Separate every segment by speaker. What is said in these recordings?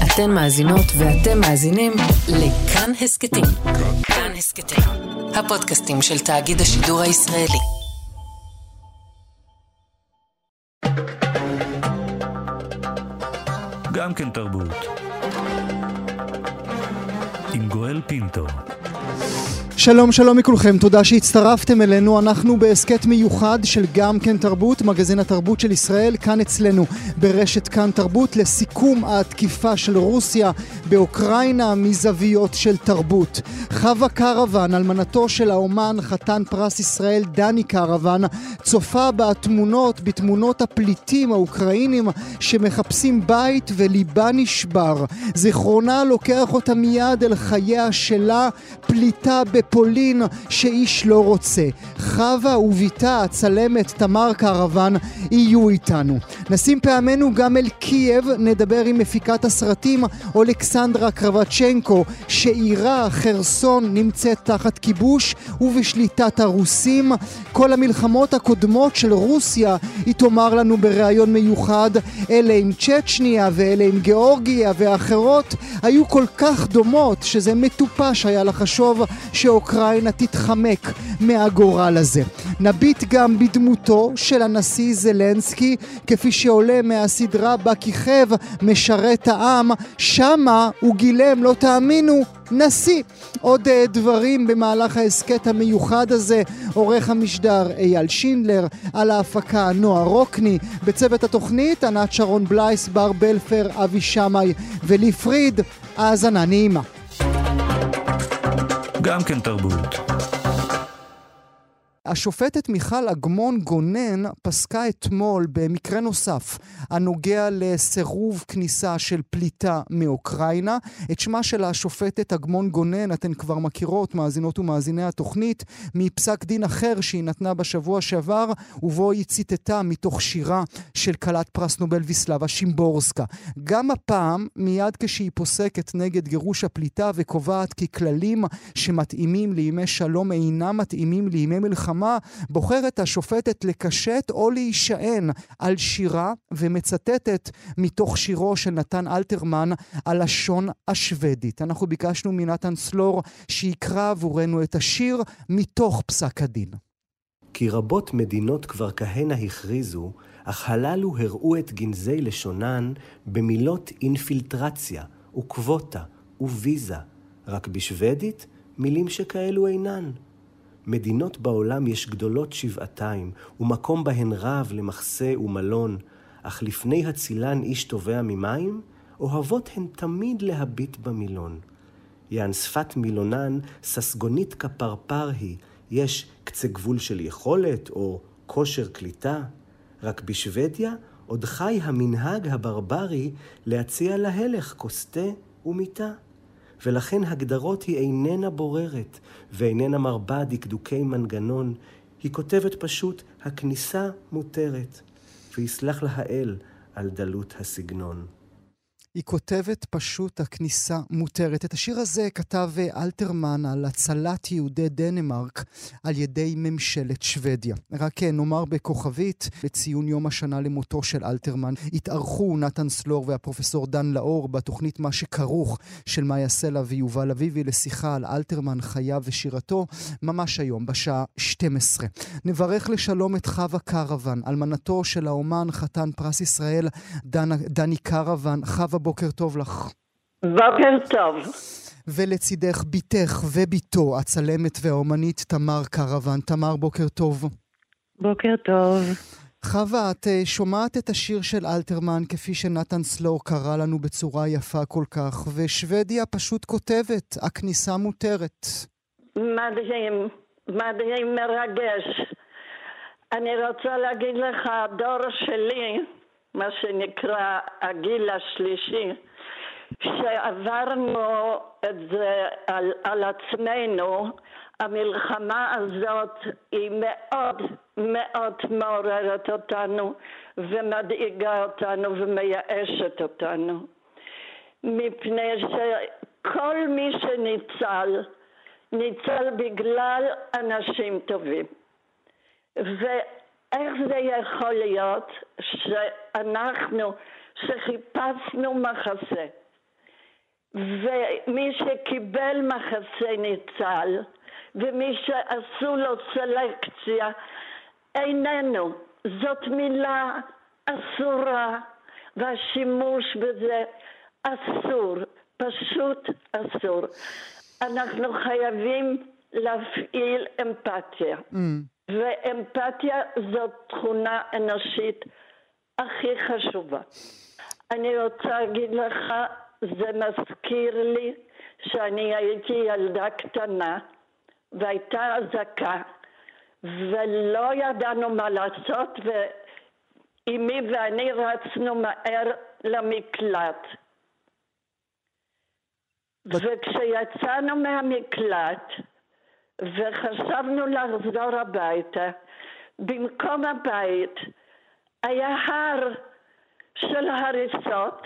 Speaker 1: אתן מאזינות ואתם מאזינים לכאן הסקטים. כאן הסקטים, הפודקאסטים של תאגיד השידור הישראלי.
Speaker 2: גם כן תרבות. עם גואל פינטו.
Speaker 3: שלום שלום מכולכם, תודה שהצטרפתם אלינו. אנחנו בהסקט מיוחד של גם כן תרבות, מגזין התרבות של ישראל, כאן אצלנו ברשת כאן תרבות, לסיכום התקיפה של רוסיה באוקראינה מזוויות של תרבות. חווה קרוון, אלמנתו של האומן חתן פרס ישראל דני קרוון, צופה בתמונות הפליטים האוקראינים שמחפשים בית וליבה נשבר. זיכרונה לוקח אותה מיד אל חייה שלה, פליטה בפולין שאיש לא רוצה. חווה וביתה הצלמת תמר קרוון יהיו איתנו. נשים פעמנו גם אל קייב, נדבר עם מפיקת הסרטים אולכסנדרה קרבצ'נקו, שעירה חרסון נמצאת תחת כיבוש ובשליטת הרוסים. כל המלחמות הקודמות של רוסיה, היא תאמר לנו בראיון מיוחד, אלה עם צ'צ'ניה ואלה עם גיאורגיה ואחרות, היו כל כך דומות שזה מטופש היה לחשוב שאוקראינה תתחמק מהגורל הזה. נביט גם בדמותו של הנשיא זלנסקי, כפי שעולה מהסדרה בה כיכב משרת העם, שמה הוא גילם, לא תאמינו, נשיא. עוד דברים במהלך ההסקט המיוחד הזה. עורך המשדר אייל שינדלר, על ההפקה נועה רוקני, בצוות התוכנית ענת שרון בלייס, בר בלפר, אבי שמאי ולי פריד. האזנה נעימה.
Speaker 2: גם כן תרבות.
Speaker 3: השופטת מיכל אגמון גונן פסקה אתמול במקרה נוסף הנוגע לסירוב כניסה של פליטה מאוקראינה. את שמה של השופטת אגמון גונן אתן כבר מכירות, מאזינות ומאזיני התוכנית, מפסק דין אחר שהיא נתנה בשבוע שעבר, ובו היא ציטטה מתוך שירה של כלת פרס נובל ויסלבה שימבורסקה. גם הפעם, מיד כשהיא פוסקת נגד גירוש הפליטה וקובעת כי כללים שמתאימים לימי שלום אינם מתאימים לימי מלחמה, בוחרת השופטת לקשט או להישען על שירה, ומצטטת מתוך שירו של נתן אלתרמן על לשון השוודית. אנחנו ביקשנו מנתן סלור שיקרא עבורנו את השיר מתוך פסק הדין.
Speaker 4: כי רבות מדינות כבר כהנה הכריזו, אך הללו הראו את גנזי לשונן במילות אינפילטרציה וקווטה וויזה, רק בשוודית מילים שכאלו אינן. מדינות בעולם יש גדולות שבעתיים, ומקום בהן רב למחסה ומלון, אך לפני הצילן איש תובע ממים, אוהבות הן תמיד להביט במילון. יען שפת מילונן ססגונית כפרפר היא, יש קצה גבול של יכולת או כושר קליטה, רק בשוודיה עוד חי המנהג הברברי להציע להלך כוסתה ומיטה. ולכן הגדרות היא איננה בוררת, ואיננה מרבה דקדוקי מנגנון. היא כותבת פשוט, הכניסה מותרת, ויסלח לה האל על דלות הסגנון.
Speaker 3: היא כותבת פשוט, הכניסה מותרת. את השיר הזה כתב אלתרמן על הצלת יהודי דנמרק על ידי ממשלת שוודיה. רק נאמר בכוכבית, לציון יום השנה למותו של אלתרמן, התארחו נתן סלור והפרופסור דן לאור בתוכנית מה שכרוך של מאיה סלע ויובל אביבי לשיחה על אלתרמן, חייו ושירתו, ממש היום בשעה 12. נברך לשלום את חווה קרוון, אלמנתו של האומן חתן פרס ישראל דני קרוון. חווה, בוקר טוב לך.
Speaker 5: בוקר טוב.
Speaker 3: ולצידך ביתך וביתו, הצלמת והאומנית תמר קרוון. תמר, בוקר טוב.
Speaker 5: בוקר טוב.
Speaker 3: חווה, את שומעת את השיר של אלתרמן כפי שנתן סלור קרא לנו בצורה יפה כל כך, ושוודיה פשוט כותבת, הכניסה מותרת.
Speaker 5: מדהים, מדהים, מרגש. אני רוצה להגיד לך, הדור שלי, מה שנקרא הגיל השלישי, שעברנו את זה על עצמנו, המלחמה הזאת היא מאוד מאוד מעוררת אותנו ומדאיגה אותנו ומייאשת אותנו, מפני שכל מי ניצל בגלל אנשים טובים. ואיך זה יכול להיות שאנחנו שחיפשנו מחסה ומי שקיבל מחסה ניצל, ומי שעשו לו סלקציה איננו. זאת מילה אסורה, והשימוש בזה אסור, פשוט אסור. אנחנו חייבים להפעיל אמפתיה. ואמפתיה זאת תכונה אנושית הכי חשובה. אני רוצה להגיד לך, זה מזכיר לי שאני הייתי ילדה קטנה והייתה אזעקה ולא ידענו מה לעשות, ואמי ואני רצנו מהר למקלט. וכשיצאנו מהמקלט וחשבנו לחזור הביתה, במקום הבית היה הר של הריסות,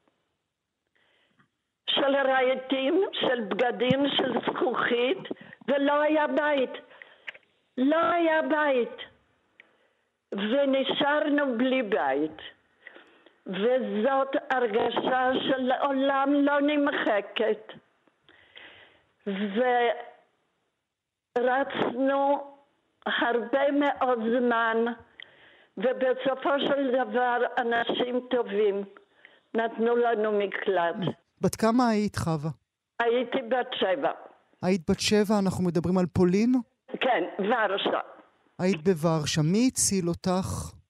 Speaker 5: של רהיטים, של בגדים, של זכוכית, ולא היה בית. לא היה בית. ונשארנו בלי בית. וזאת הרגשה שלעולם לא נמחקת. ורצנו הרבה מאוד זמן, ובסופו של דבר אנשים טובים נתנו לנו מקלט.
Speaker 3: בת כמה היית, חווה?
Speaker 5: הייתי בת 7.
Speaker 3: היית בת 7, אנחנו מדברים על פולין?
Speaker 5: כן, ורשה.
Speaker 3: היית בוורשה. מי הציל אותך?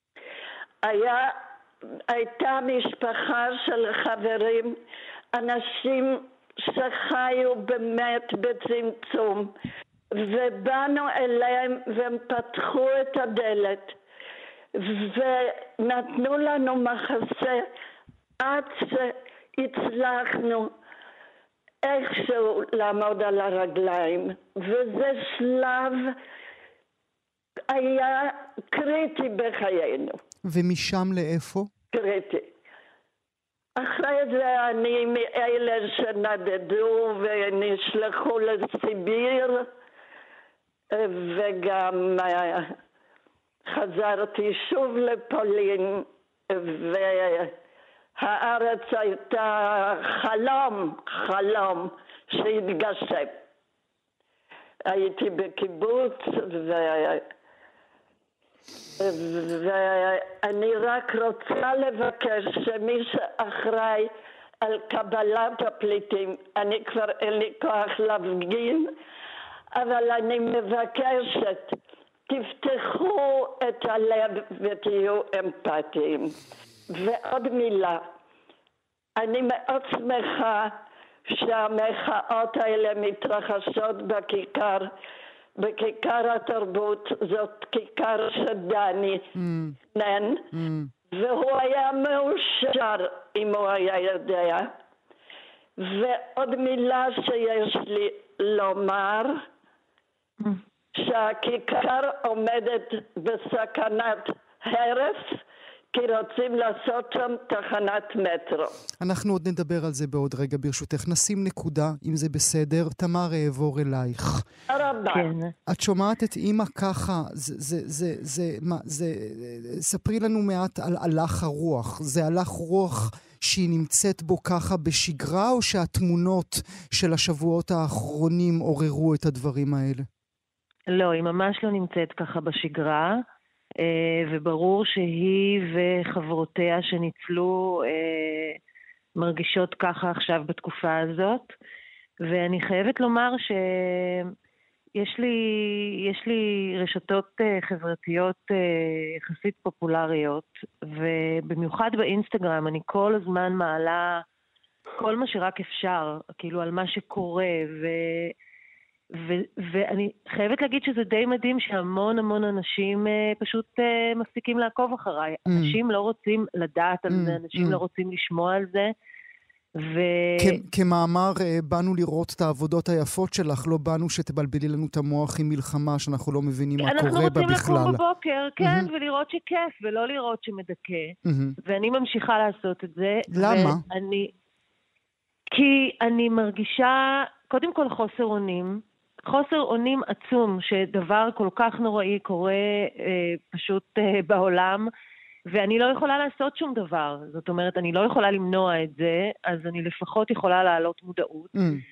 Speaker 5: הייתה משפחה של חברים, אנשים שחיו באמת בצמצום, ובאנו אליהם והם פתחו את הדלת ונתנו לנו מחסה עד שהצלחנו איכשהו לעמוד על הרגליים, וזה שלב היה קריטי בחיינו.
Speaker 3: ומשם לאיפה?
Speaker 5: קריטי. אחרי זה אני מאלה שנדדו ונשלחו לסיביר, וגם חזרתי שוב לפולין, והארץ הייתה חלום שהתגשם. הייתי בקיבוץ ואני רק רוצה לבקש שמי שאחראי על קבלת הפליטים, אני כבר אין לי כוח להפגין, אבל אני מבקשת, תפתחו את הלב ותהיו אמפתיים. ועוד מילה, אני מאוד שמחה שהמחאות האלה מתרחשות בכיכר התרבות, זאת כיכר שדני נן, והוא היה מאושר אם הוא היה יודע. ועוד מילה שיש לי לומר, שהכיכר עומדת בסכנת הרס, כי רוצים לעשות שם תחנת מטרו.
Speaker 3: אנחנו עוד נדבר על זה בעוד רגע ברשותך. נשים נקודה, אם זה בסדר. תמר, אעבור אלייך.
Speaker 5: הרבה.
Speaker 6: כן.
Speaker 3: את שומעת את אמא ככה, ספרי לנו מעט על הלך הרוח. זה הלך רוח שהיא נמצאת בו ככה בשגרה, או שהתמונות של השבועות האחרונים עוררו את הדברים האלה?
Speaker 6: לא, היא ממש לא נמצאת ככה בשגרה. וברור שהיא וחברותיה שניצלו מרגישות ככה עכשיו בתקופה הזאת, ואני חייבת לומר שיש לי רשתות חברתיות יחסית פופולריות, ובמיוחד באינסטגרם אני כל הזמן מעלה כל מה שרק אפשר, כאילו על מה שקורה, ואני חייבת להגיד שזה די מדהים שהמון המון אנשים פשוט מפסיקים לעקוב אחריי. אנשים לא רוצים לדעת על זה, אנשים לא רוצים לשמוע על זה.
Speaker 3: כמאמר, באנו לראות את העבודות היפות שלך, לא באנו שתבלבלי לנו את המוח עם מלחמה שאנחנו לא מבינים מה קורה בה בכלל.
Speaker 6: אנחנו רוצים לקום בבוקר, כן, ולראות שכיף, ולא לראות שמדכא. ואני ממשיכה לעשות את זה.
Speaker 3: למה?
Speaker 6: כי אני מרגישה, קודם כל חוסר אונים עצום, שדבר כל כך נוראי קורה פשוט בעולם, ואני לא יכולה לעשות שום דבר. זאת אומרת, אני לא יכולה למנוע את זה, אז אני לפחות יכולה להעלות מודעות.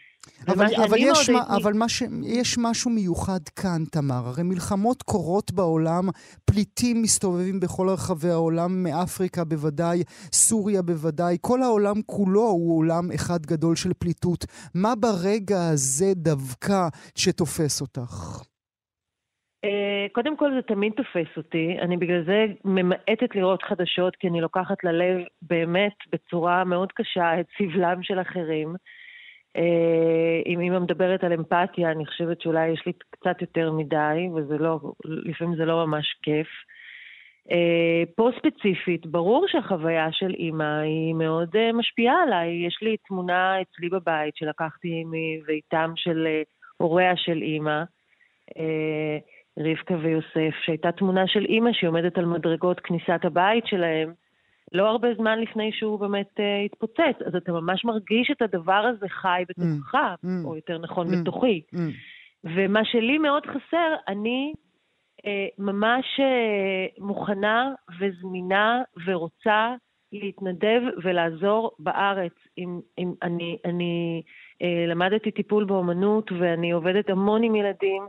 Speaker 3: אבל יש משהו מיוחד כאן, תמר. הרי מלחמות קורות בעולם, פליטים מסתובבים בכל רחבי העולם, מאפריקה בוודאי, סוריה בוודאי, כל העולם כולו הוא עולם אחד גדול של פליטות. מה ברגע הזה דווקא שתופס אותך?
Speaker 6: קודם כל זה תמיד תופס אותי, אני בגלל זה ממעטת לראות חדשות, כי אני לוקחת ללב באמת בצורה מאוד קשה את סבלם של אחרים. אם אמא מדברת על אמפתיה, אני חושבת שאולי יש לי קצת יותר מדי, לפעמים זה לא ממש כיף. פה ספציפית, ברור שהחוויה של אמא היא מאוד משפיעה עליי. יש לי תמונה אצלי בבית שלקחתי מביתם של הוריה של אמא, רבקה ויוסף, שהייתה תמונה של אמא שעומדת על מדרגות כניסת הבית שלהם, לא הרבה זמן לפני שהוא באמת התפוצץ. אז אתה ממש מרגיש את הדבר הזה חי בתוכך, או יותר נכון בתוכי. ומה שלי מאוד חסר, אני ממש מוכנה וזמינה ורוצה להתנדב ולעזור בארץ. אני למדתי טיפול באומנות, ואני עובדת המון עם ילדים,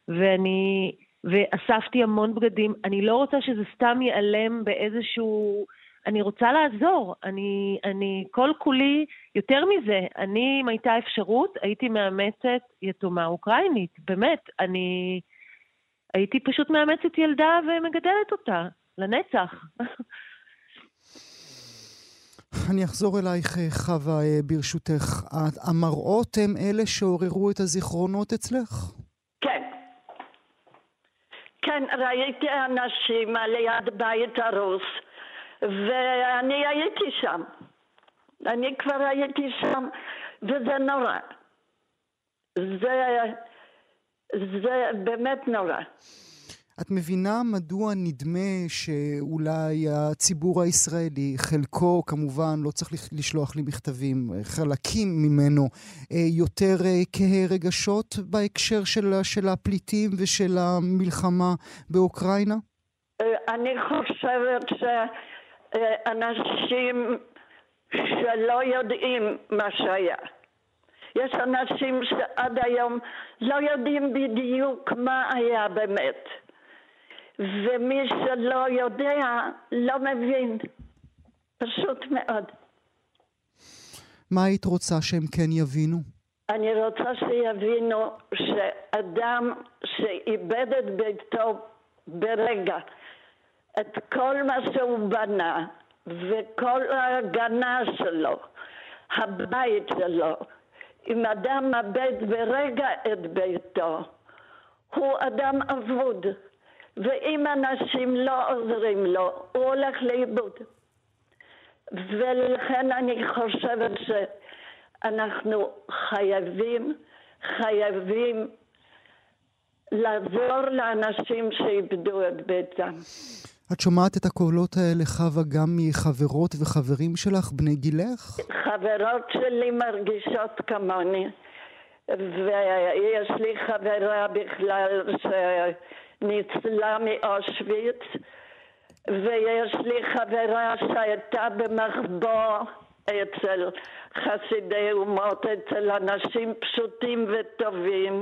Speaker 6: ואספתי המון בגדים. אני לא רוצה שזה סתם ייעלם באיזשהו... אני רוצה לעזור. אני כל כולי, יותר מזה, אם הייתה אפשרות, הייתי מאמצת יתומה אוקראינית. באמת, אני הייתי פשוט מאמצת ילדה ומגדלת אותה, לנצח.
Speaker 3: אני אחזור אלייך, חווה, ברשותך. המראות הם אלה שעוררו את הזיכרונות אצלך?
Speaker 5: כן. כן, ראיתי אנשים על יד בית הרוס, ואני הייתי שם. אני כבר הייתי שם, וזה נורא. זה באמת נורא.
Speaker 3: את מבינה מדוע נדמה שאולי הציבור הישראלי, חלקו כמובן, לא צריך לשלוח לי מכתבים, חלקים ממנו, יותר כרגשות בהקשר של הפליטים ושל המלחמה באוקראינה?
Speaker 5: אני חושבת שאנשים שלא יודעים מה שהיה. יש אנשים שעד היום לא יודעים בדיוק מה היה באמת. ומי שלא יודע, לא מבין. פשוט מאוד.
Speaker 3: מה היית רוצה שהם כן יבינו?
Speaker 5: אני רוצה שיבינו שאדם שאיבד את ביתו ברגע, את כל מה שהוא בנה, וכל ההגנה שלו, הבית שלו, אם אדם מאבד ברגע את ביתו, הוא אדם אבוד. ואם אנשים לא עוזרים לו, הוא הולך לאיבוד. ולכן אני חושבת שאנחנו חייבים לעזור לאנשים שאיבדו את ביתם.
Speaker 3: את שומעת את הקולות האלה, חווה, גם מחברות וחברים שלך, בני גילך?
Speaker 5: חברות שלי מרגישות כמוני, ויש לי חברה בכלל ניצלה מאושוויץ, ויש לי חברה שהייתה במחבוא אצל חסידי אומות, אצל אנשים פשוטים וטובים,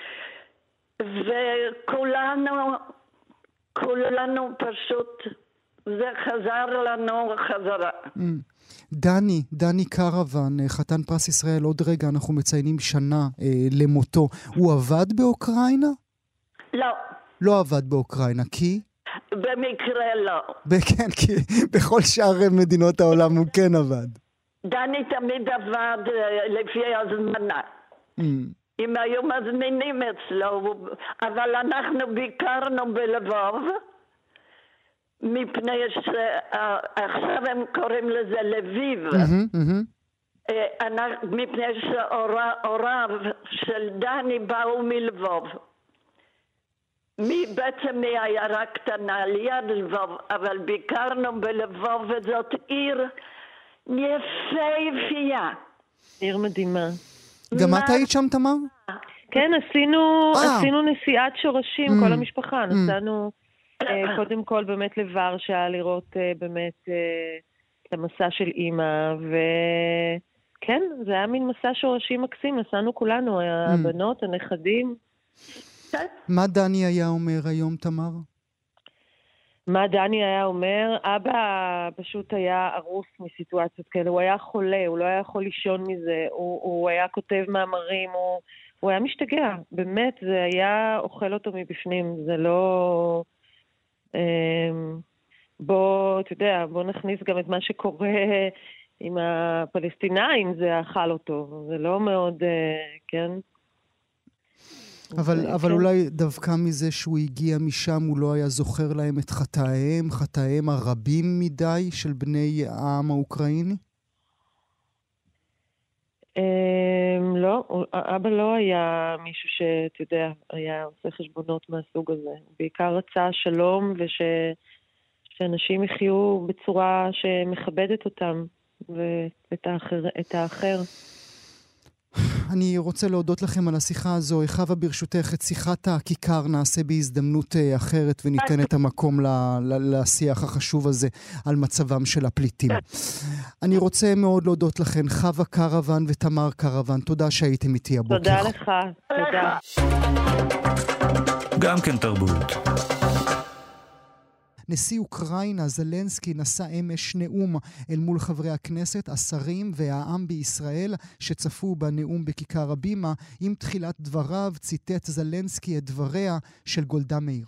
Speaker 5: וכולנו פשוט, זה חזר לנו חזרה.
Speaker 3: דני קרוון, חתן פרס ישראל, עוד רגע אנחנו מציינים שנה למותו. הוא עבד באוקראינה?
Speaker 5: לא.
Speaker 3: לא עבד באוקראינה, כי?
Speaker 5: במקרה לא.
Speaker 3: כן, כי בכל שאר מדינות העולם הוא כן עבד.
Speaker 5: דני תמיד עבד לפי הזמנה. אם היו מזמינים אצלו, אבל אנחנו ביקרנו בלבוב, מפני שעכשיו הם קוראים לזה לביב. מפני שהוריו של דני באו מלבוב. בעצם מעיירה קטנה ליד לבוב, אבל ביקרנו בלבוב, וזאת עיר יפהפייה.
Speaker 6: עיר מדהימה.
Speaker 3: גם את היית שם, תמר?
Speaker 6: כן, עשינו נסיעת שורשים, כל המשפחה. נסענו קודם כל באמת לוורשה, לראות באמת את המסע של אימא, וכן, זה היה מין מסע שורשים מקסים, נסענו כולנו, הבנות, הנכדים.
Speaker 3: מה דני היה אומר היום, תמר?
Speaker 6: מה דני היה אומר? אבא פשוט היה ארוס מסיטואציות כאלה, הוא היה חולה, הוא לא היה יכול לישון מזה, הוא היה כותב מאמרים, הוא היה משתגע, באמת, זה היה אוכל אותו מבפנים, זה לא... אתה יודע, בוא נכניס גם את מה שקורה עם הפלסטינאים, זה אכל אותו, זה לא מאוד, כן?
Speaker 3: אבל אולי דווקא מזה שהוא הגיע משם, הוא לא היה זוכר להם את חטאיהם הרבים מדי של בני העם האוקראיני?
Speaker 6: לא, אבא לא היה מישהו שאתה יודע, היה עושה חשבונות מהסוג הזה. הוא בעיקר רצה שלום ושאנשים יחיו בצורה שמכבדת אותם ואת האחר.
Speaker 3: אני רוצה להודות לכם על השיחה הזו. חווה, ברשותך, את שיחת הכיכר נעשה בהזדמנות אחרת וניתן את המקום לשיח החשוב הזה על מצבם של הפליטים. אני רוצה מאוד להודות לכם, חווה קרוון ותמר קרוון. תודה שהייתם איתי הבוקר.
Speaker 6: תודה לך, תודה.
Speaker 2: גם כן תרבות.
Speaker 3: נשיא אוקראינה זלנסקי נשא אמש נאום אל מול חברי הכנסת, השרים והעם בישראל שצפו בנאום בכיכר הבימה. עם תחילת דבריו ציטט זלנסקי את דבריה של גולדה מאיר.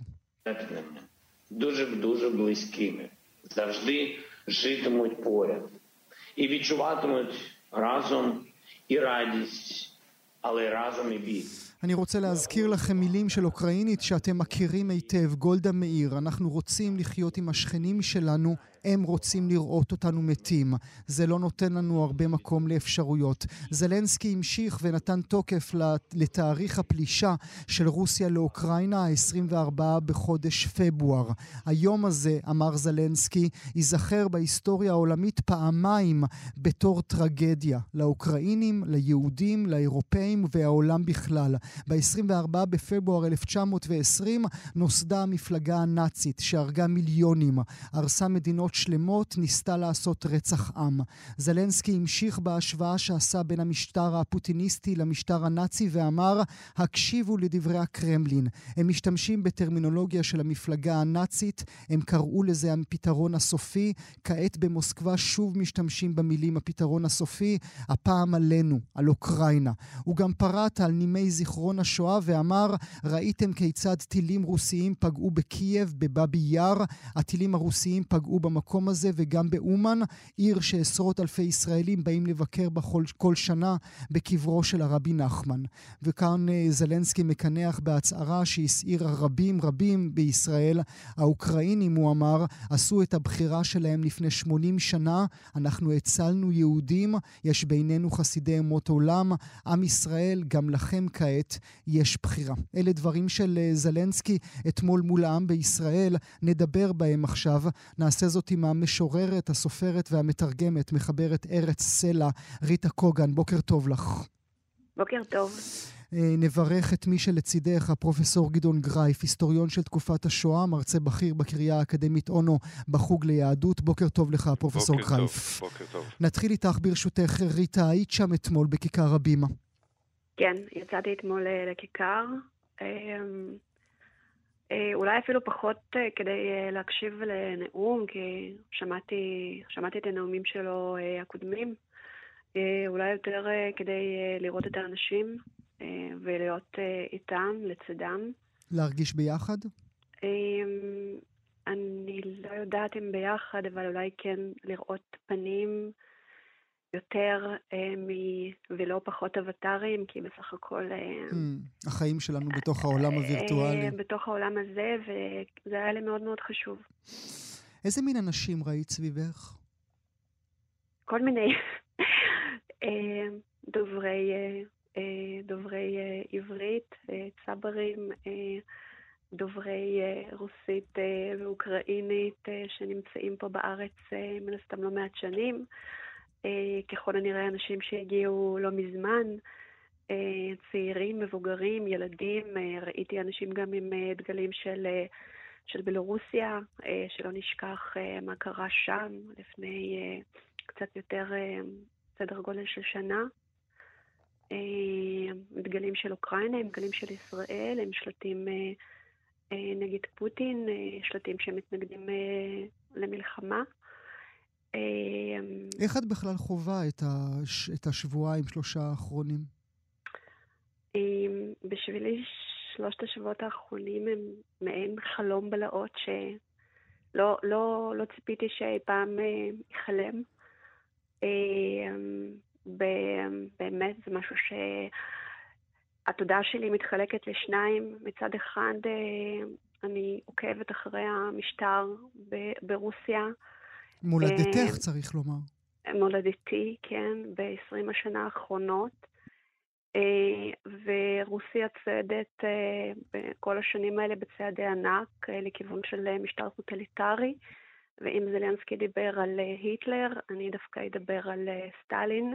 Speaker 7: дуже близькими. Завжди житимуть поряд. І відчуватимуть разом і радість, але разом і біль.
Speaker 3: אני רוצה להזכיר לכם מילים של אוקראינית שאתם מכירים היטב, גולדה מאיר. אנחנו רוצים לחיות עם השכנים שלנו, הם רוצים לראות אותנו מתים. זה לא נותן לנו הרבה מקום לאפשרויות. זלנסקי המשיך ונתן תוקף לתאריך הפלישה של רוסיה לאוקראינה, 24 בחודש פברואר. היום הזה, אמר זלנסקי, ייזכר בהיסטוריה העולמית פעמיים בתור טרגדיה. לאוקראינים, ליהודים, לאירופאים והעולם בכלל. ב-24 בפברואר 1920 נוסדה המפלגה הנאצית שהרגה מיליונים, הרסה מדינות שלמות, ניסתה לעשות רצח עם. זלנסקי המשיך בהשוואה שעשה בין המשטר הפוטיניסטי למשטר הנאצי ואמר, הקשיבו לדברי הקרמלין. הם משתמשים בטרמינולוגיה של המפלגה הנאצית, הם קראו לזה הפתרון הסופי, כעת במוסקבה שוב משתמשים במילים הפתרון הסופי, הפעם עלינו, על אוקראינה. הוא גם פרט על נימי זיכרון השואה ואמר, ראיתם כיצד טילים רוסיים פגעו בקייב, בבאבי יאר, הטילים הרוסיים פגעו במקום הזה וגם באומן, עיר שעשרות אלפי ישראלים באים לבקר כל שנה בקברו של הרבי נחמן. וכאן זלנסקי מקנח בהצהרה שהסעירה רבים בישראל. האוקראינים, הוא אמר, עשו את הבחירה שלהם לפני 80 שנה, אנחנו הצלנו יהודים, יש בינינו חסידי אומות עולם, עם ישראל, גם לכם כעת יש בחירה. אלה דברים של זלנסקי אתמול מול העם בישראל, נדבר בהם עכשיו. נעשה זאת עם המשוררת, הסופרת והמתרגמת, מחברת ארץ סלע, ריטה קוגן. בוקר טוב לך.
Speaker 8: בוקר טוב.
Speaker 3: נברך את מי שלצידך, הפרופסור גדעון גרייף, היסטוריון של תקופת השואה, מרצה בכיר בקריה האקדמית אונו בחוג ליהדות. בוקר טוב לך, פרופסור גרייף.
Speaker 9: בוקר טוב.
Speaker 3: נתחיל איתך ברשותך, ריטה, היית שם אתמול בכיכר הבימה.
Speaker 8: כן, יצאתי אתמול לכיכר. אולי אפילו פחות כדי להקשיב לנאום, כי שמעתי את הנאומים שלו הקודמים. אולי יותר כדי לראות את האנשים ולהיות איתם, לצדם. להרגיש ביחד? אני לא יודעת אם ביחד, אבל אולי כן לראות פנים יותר ולא פחות אבטרים, כי בסך הכל...
Speaker 3: החיים שלנו בתוך העולם הווירטואלי.
Speaker 8: בתוך העולם הזה, וזה היה לי מאוד מאוד חשוב.
Speaker 3: איזה מין אנשים ראית סביבך?
Speaker 8: כל מיני. דוברי עברית, צברים, דוברי רוסית ואוקראינית שנמצאים פה בארץ מן הסתם לא מעט שנים. ככל הנראה אנשים שהגיעו לא מזמן, צעירים, מבוגרים, ילדים, ראיתי אנשים גם עם דגלים של בלורוסיה, שלא נשכח מה קרה שם לפני קצת יותר סדר גודל של שנה. דגלים של אוקראינה, הם דגלים של ישראל, הם שלטים נגד פוטין, שלטים שמתנגדים למלחמה.
Speaker 3: איך את בכלל חובה את השבועיים, 3 האחרונים?
Speaker 8: בשבילי 3 השבועות האחרונים הם מעין חלום בלהות שלא ציפיתי שאי פעם יחלם. באמת זה משהו שהתודעה שלי מתחלקת לשניים. מצד אחד אני עוקבת אחרי המשטר ברוסיה.
Speaker 3: מולדתך צריך לומר.
Speaker 8: מולדתי, כן, ב-20 השנה האחרונות. ורוסיה צעדת בכל השנים האלה בצעדי ענק לכיוון של משטר טוטליטרי. ואם זלנסקי דיבר על היטלר, אני דווקא אדבר על סטלין.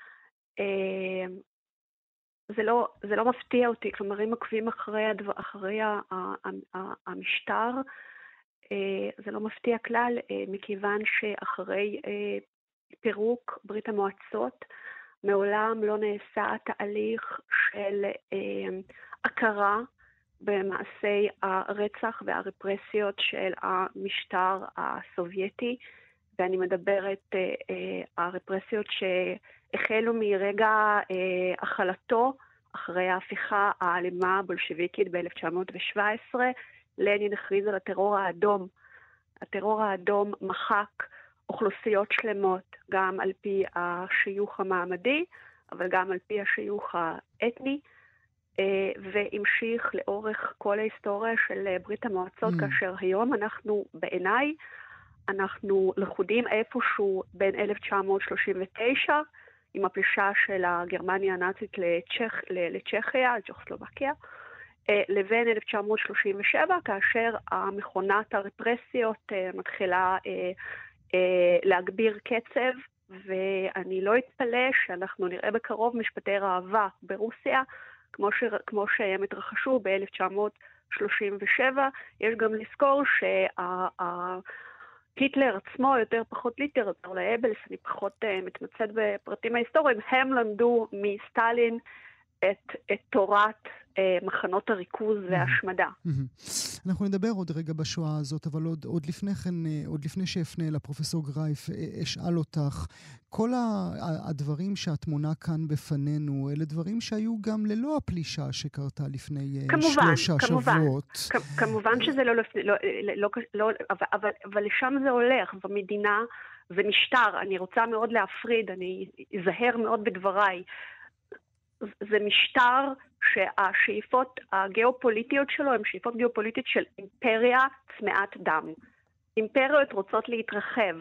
Speaker 8: זה לא מפתיע אותי, כלומר אם עוקבים אחרי המשטר, זה לא מפתיע כלל, מכיוון שאחרי פירוק ברית המועצות, מעולם לא נעשה תהליך של הכרה במעשי הרצח והרפרסיות של המשטר הסובייטי, ואני מדברת הרפרסיות שהחלו מרגע החלתו, אחרי ההפיכה האלימה הבולשביקית ב-1917, לנין הכריז על הטרור האדום. הטרור האדום מחק אוכלוסיות שלמות, גם על פי השיוך המעמדי, אבל גם על פי השיוך האתני, והמשיך לאורך כל ההיסטוריה של ברית המועצות, כאשר היום בעיניי, אנחנו לכודים איפשהו בין 1939, עם הפלישה של הגרמניה הנאצית לצ'כיה, לצ'כוסלובקיה, לבין 1937, כאשר מכונת הרפרסיות מתחילה להגביר קצב, ואני לא אתפלא שאנחנו נראה בקרוב משפטי ראווה ברוסיה, כמו שהם התרחשו ב-1937. יש גם לזכור היטלר עצמו, יותר פחות ליטר, יותר לאבלס, אני פחות מתמצאת בפרטים ההיסטוריים, הם למדו מסטלין את תורת מחנות הריכוז וההשמדה.
Speaker 3: אנחנו נדבר עוד רגע בשואה הזאת, אבל עוד לפני כן, עוד לפני שאפנה לפרופסור גרייף, אשאל אותך, כל הדברים שאת מונה כאן בפנינו, אלה דברים שהיו גם ללא הפלישה שקרתה לפני 3 שבועות.
Speaker 8: כמובן שזה לא, אבל לשם זה הולך, במדינה ומשטר. אני רוצה מאוד להפריד, אני אזהר מאוד בדבריי. זה משטר שהשאיפות הגיאופוליטיות שלו הן שאיפות גיאופוליטיות של אימפריה צמאת דם. אימפריות רוצות להתרחב,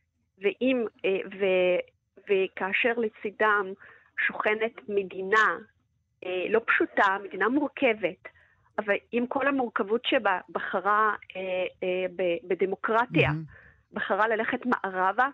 Speaker 8: וכאשר לצידם שוכנת מדינה לא פשוטה, מדינה מורכבת, אבל עם כל המורכבות שבה בחרה בדמוקרטיה, בחרה ללכת מערבה,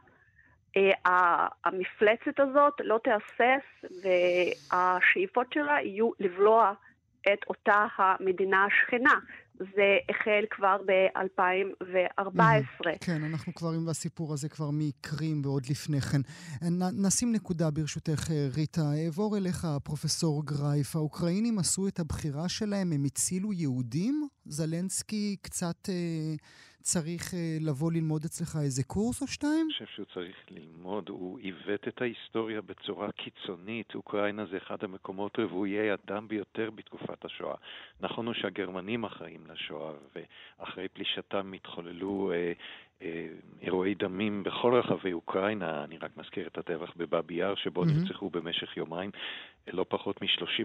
Speaker 8: המפלצת הזאת לא תאסס, והשאיפות שלה יהיו לבלוע את אותה המדינה השכנה. זה החל כבר ב-2014.
Speaker 3: כן, אנחנו כבר עם הסיפור הזה כבר מקרים ועוד לפני כן. נשים נקודה ברשותך, ריטה. אעבור אליך, פרופסור גרייף. האוקראינים עשו את הבחירה שלהם, הם הצילו יהודים? זלנסקי קצת צריך לבוא ללמוד אצלך איזה קורס או 2?
Speaker 9: אני חושב שהוא צריך ללמוד, הוא עיוות את ההיסטוריה בצורה קיצונית. אוקראינה זה אחד המקומות רבויי אדם ביותר בתקופת השואה. נכון הוא שהגרמנים אחראים לשואה, ואחרי פלישתם התחוללו אירועי דמים בכל רחבי אוקראינה. אני רק מזכיר את הטבח בבאבי יאר, שבו נרצחו במשך יומיים לא פחות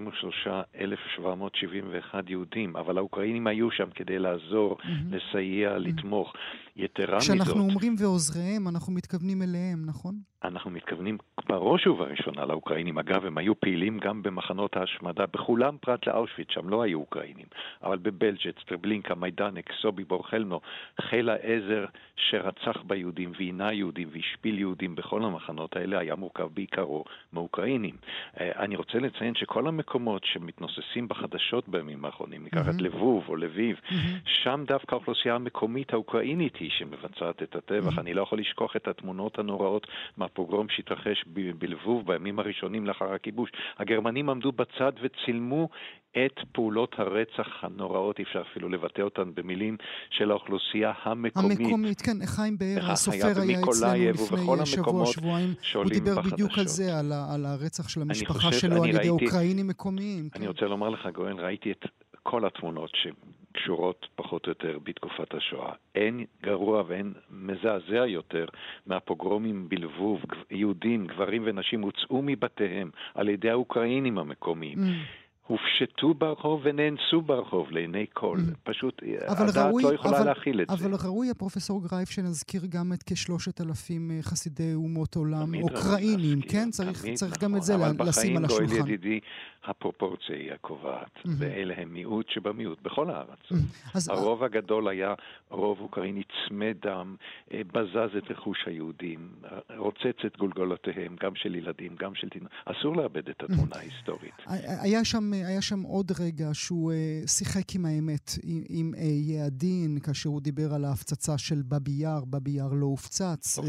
Speaker 9: מ-33,771 יהודים, אבל האוקראינים היו שם כדי לעזור, לסייע, לתמוך. יתרה מזאת.
Speaker 3: כשאנחנו אומרים ועוזריהם, אנחנו מתכוונים אליהם, נכון?
Speaker 9: אנחנו מתכוונים בראש ובראשונה לאוקראינים. אגב, הם היו פעילים גם במחנות ההשמדה, בכולם פרט לאושוויץ, שם לא היו אוקראינים, אבל בבלג'ט, סטרבלינקה, מיידנק, סוביבור, חלנו, חיל העזר שרצח ביהודים ועינה יהודים והשפיל יהודים בכל המחנות האלה היה מורכב בעיקרו מאוקראינים. אני רוצה רוצה לציין שכל המקומות שמתנוססים בחדשות בימים האחרונים, ניקח את לבוב או לביב, שם דווקא האוכלוסייה המקומית האוקראינית היא שמבצעת את הטבח. אני לא יכול לשכוח את התמונות הנוראות מהפוגרום שהתרחש בלבוב בימים הראשונים לאחר הכיבוש. הגרמנים עמדו בצד וצילמו את פעולות הרצח הנוראות, אפשר אפילו לבטא אותן במילים של האוכלוסייה המקומית.
Speaker 3: המקומית, כן, חיים באר, הסופר היה אצלנו לפני שבוע-שבועיים, הוא דיבר בדיוק על זה, על הרצח של המשפחה שלו על ידי אוקראינים מקומיים.
Speaker 9: אני רוצה לומר לך, גואל, ראיתי את כל התמונות שקשורות פחות או יותר בתקופת השואה. אין גרוע ואין מזעזע יותר מהפוגרומים בלבוב, יהודים, גברים ונשים הוצאו מבתיהם על ידי האוקראינים המקומיים. הופשטו ברחוב ונאנסו ברחוב לעיני כל. פשוט הדעת לא יכולה להכיל את זה.
Speaker 3: אבל ראוי הפרופסור גרייף שנזכיר גם את כ3,000 חסידי אומות עולם אוקראינים, כן? צריך גם את זה לשים על השולחן.
Speaker 9: אבל בחיים, גואל ידידי, הפרופורציה היא הקובעת, ואלה הם מיעוט שבמיעוט בכל הארץ. הרוב הגדול היה רוב אוקראיני צמא דם, בזז את רכוש היהודים, רוצץ את גולגולותיהם, גם של ילדים, גם של תינוק. אסור לאבד את התמונה ההיסטורית.
Speaker 3: היה שם עוד רגע שהוא שיחק עם האמת, עם יעדין, כאשר הוא דיבר על ההפצצה של בבי יאר, בבי יאר לא הופצץ,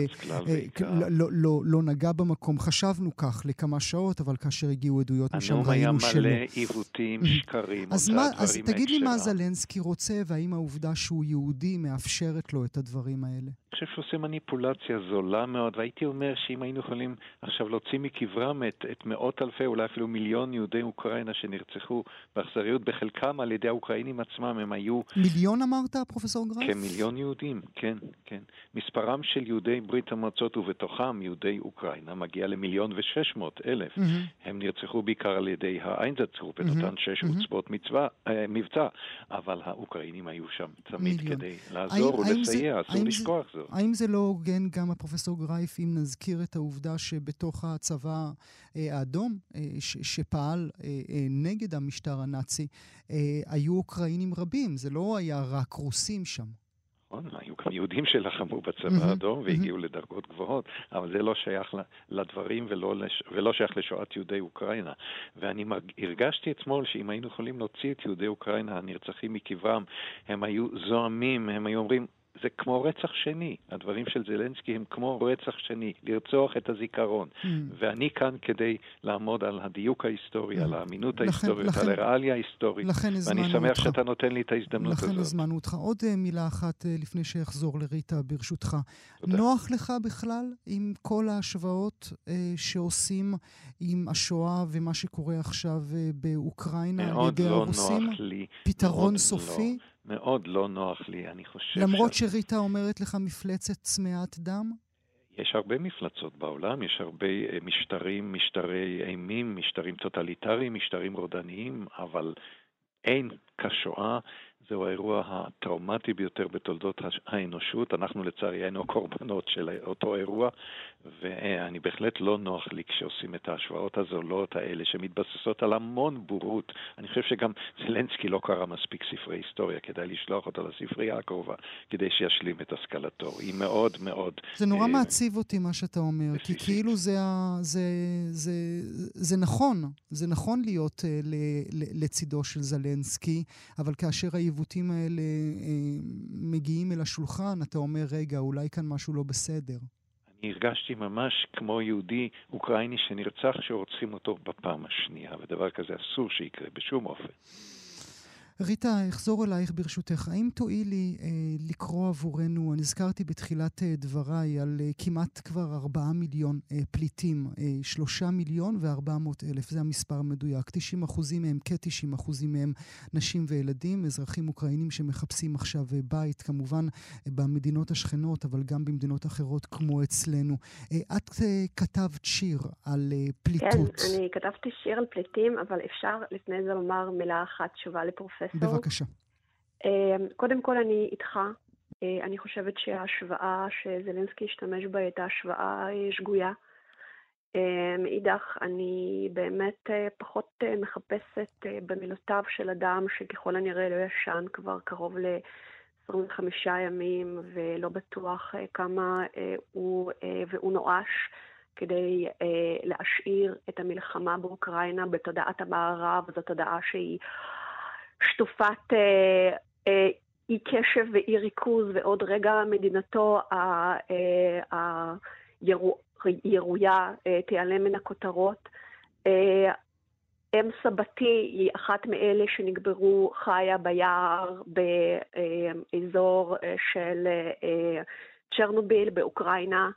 Speaker 3: לא נגע במקום. חשבנו כך לכמה שעות, אבל כאשר הגיעו עדויות משם ראינו שלא.
Speaker 9: הנאום היה מלא עיוותים, שקרים,
Speaker 3: אז תגיד לי מה זלנסקי רוצה, והאם העובדה שהוא יהודי מאפשרת לו את הדברים האלה?
Speaker 9: אני חושב שעושה מניפולציה זולה מאוד, והייתי אומר שאם היינו יכולים עכשיו להוציא מקברם את מאות אלפי, אולי אפילו מיליון יהודי אוקראינה שנרצחו באכזריות, בחלקם על ידי האוקראינים עצמם, הם היו...
Speaker 3: מיליון אמרת, פרופסור גרייף?
Speaker 9: כמיליון יהודים, כן, כן. מספרם של יהודי ברית המועצות ובתוכם יהודי אוקראינה מגיע ל1,600,000. הם נרצחו בעיקר על ידי האיינזצגרופ, את אותן 6 עוצבות מבצע, אבל האוקראינים היו שם תמיד כדי לעזור ולסייע, אסור לשכוח זאת.
Speaker 3: האם זה לא הוגן גם הפרופסור גרייף אם נזכיר את העובדה שבתוך הצבא האדום שפעל נגד המשטר הנאצי היו אוקראינים רבים, זה לא היה רק רוסים שם.
Speaker 9: היו גם יהודים שלחמו בצבא האדום והגיעו לדרגות גבוהות, אבל זה לא שייך לדברים ולא שייך לשואת יהודי אוקראינה. ואני הרגשתי אתמול שאם היינו יכולים להוציא את יהודי אוקראינה הנרצחים מקברם, הם היו זועמים, הם היו אומרים, זה כמו רצח שני. הדברים של זלנסקי הם כמו רצח שני, לרצוח את הזיכרון. ואני כאן כדי לעמוד על הדיוק ההיסטורי, על האמינות ההיסטורית, על הריאליה ההיסטורית. ואני שמח שאתה נותן לי את ההזדמנות הזאת.
Speaker 3: לכן הזמנו אותך. עוד מילה אחת לפני שיחזור לריטה, ברשותך. נוח לך בכלל עם כל ההשוואות שעושים עם השואה ומה שקורה עכשיו באוקראינה על ידי הרוסים?
Speaker 9: מאוד לא נוח לי.
Speaker 3: פתרון סופי?
Speaker 9: מאוד לא נוח לי, אני חושב...
Speaker 3: למרות שריטה אומרת לך מפלצת צמאת דם?
Speaker 9: יש הרבה מפלצות בעולם, יש הרבה משטרים, משטרי אימים, משטרים טוטליטריים, משטרים רודניים, אבל אין כשואה, זהו האירוע הטראומטי ביותר בתולדות האנושות. אנחנו לצערי היינו קורבנות של אותו אירוע, ואני בהחלט לא נוח לי כשעושים את ההשוואות הזולות האלה, שמתבססות על המון בורות. אני חושב שגם זלנסקי לא קרא מספיק ספרי היסטוריה, כדאי לשלוח אותו לספרייה הקרובה, כדי שישלים את השכלתו. היא מאוד מאוד...
Speaker 3: זה נורא מעציב אותי מה שאתה אומר, כי כאילו זה נכון. זה נכון להיות לצידו של זלנסקי, אבל כאשר העיוותים האלה מגיעים אל השולחן, אתה אומר, רגע, אולי כאן משהו לא בסדר.
Speaker 9: אני הרגשתי ממש כמו יהודי אוקראיני שנרצח שרוצחים אותו בפעם השנייה, ודבר כזה אסור שיקרה בשום אופן.
Speaker 3: ריטה, אחזור אלייך ברשותך. האם תואילי לקרוא עבורנו, אני הזכרתי בתחילת דבריי, על כמעט כבר 4 מיליון פליטים, 3,400,000, זה המספר המדויק. 90% מהם, כ-90% מהם, נשים וילדים, אזרחים אוקראינים שמחפשים עכשיו בית, כמובן במדינות השכנות, אבל גם במדינות אחרות כמו אצלנו. את כתבת שיר על פליטות.
Speaker 8: כן, אני כתבתי שיר על פליטים, אבל אפשר לפני זה לומר מילה אחת תשובה לפרופסור.
Speaker 3: בבקשה.
Speaker 8: קודם כל אני איתך. אני חושבת שההשוואה שזלנסקי השתמש בה הייתה השוואה שגויה. מאידך אני באמת פחות מחפשת במילותיו של אדם שככל הנראה לא ישן כבר קרוב ל-25 ימים ולא בטוח כמה והוא נואש כדי להשאיר את המלחמה באוקראינה בתודעת המערב. זו תודעה שהיא שטופת אי קשב ואי ריכוז, ועוד רגע מדינתו הירויה תיעלם מן הכותרות. אם סבתי היא אחת מאלה שנגברו, חיה ביער באזור של צ'רנוביל באוקראינה,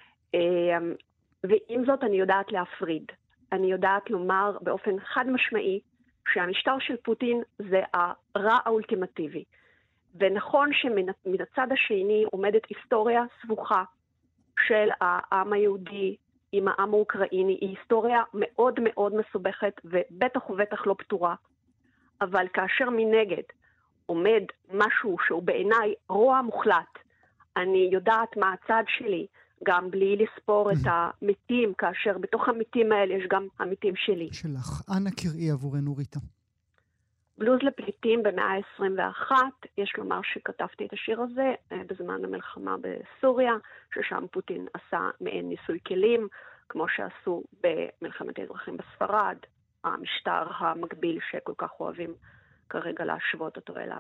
Speaker 8: ועם זאת אני יודעת להפריד. אני יודעת לומר באופן חד משמעי שהמשטר של פוטין זה הרע האולטימטיבי. ונכון שמן הצד השני עומדת היסטוריה סבוכה של העם היהודי עם העם האוקראיני. היא היסטוריה מאוד מאוד מסובכת ובטח ובטח לא פתורה. אבל כאשר מנגד עומד משהו שהוא בעיניי רוע מוחלט, אני יודעת מה הצד שלי, גם בלי לספור את המתים, כאשר בתוך המתים האלה יש גם המתים שלי.
Speaker 3: שלך. אנא קראי עבורנו ריטה.
Speaker 8: בלוז לפליטים במאה ה-21, יש לומר שכתבתי את השיר הזה בזמן המלחמה בסוריה, ששם פוטין עשה מעין ניסוי כלים, כמו שעשו במלחמת האזרחים בספרד, המשטר המקביל שכל כך אוהבים כרגע להשוות אותו אליו.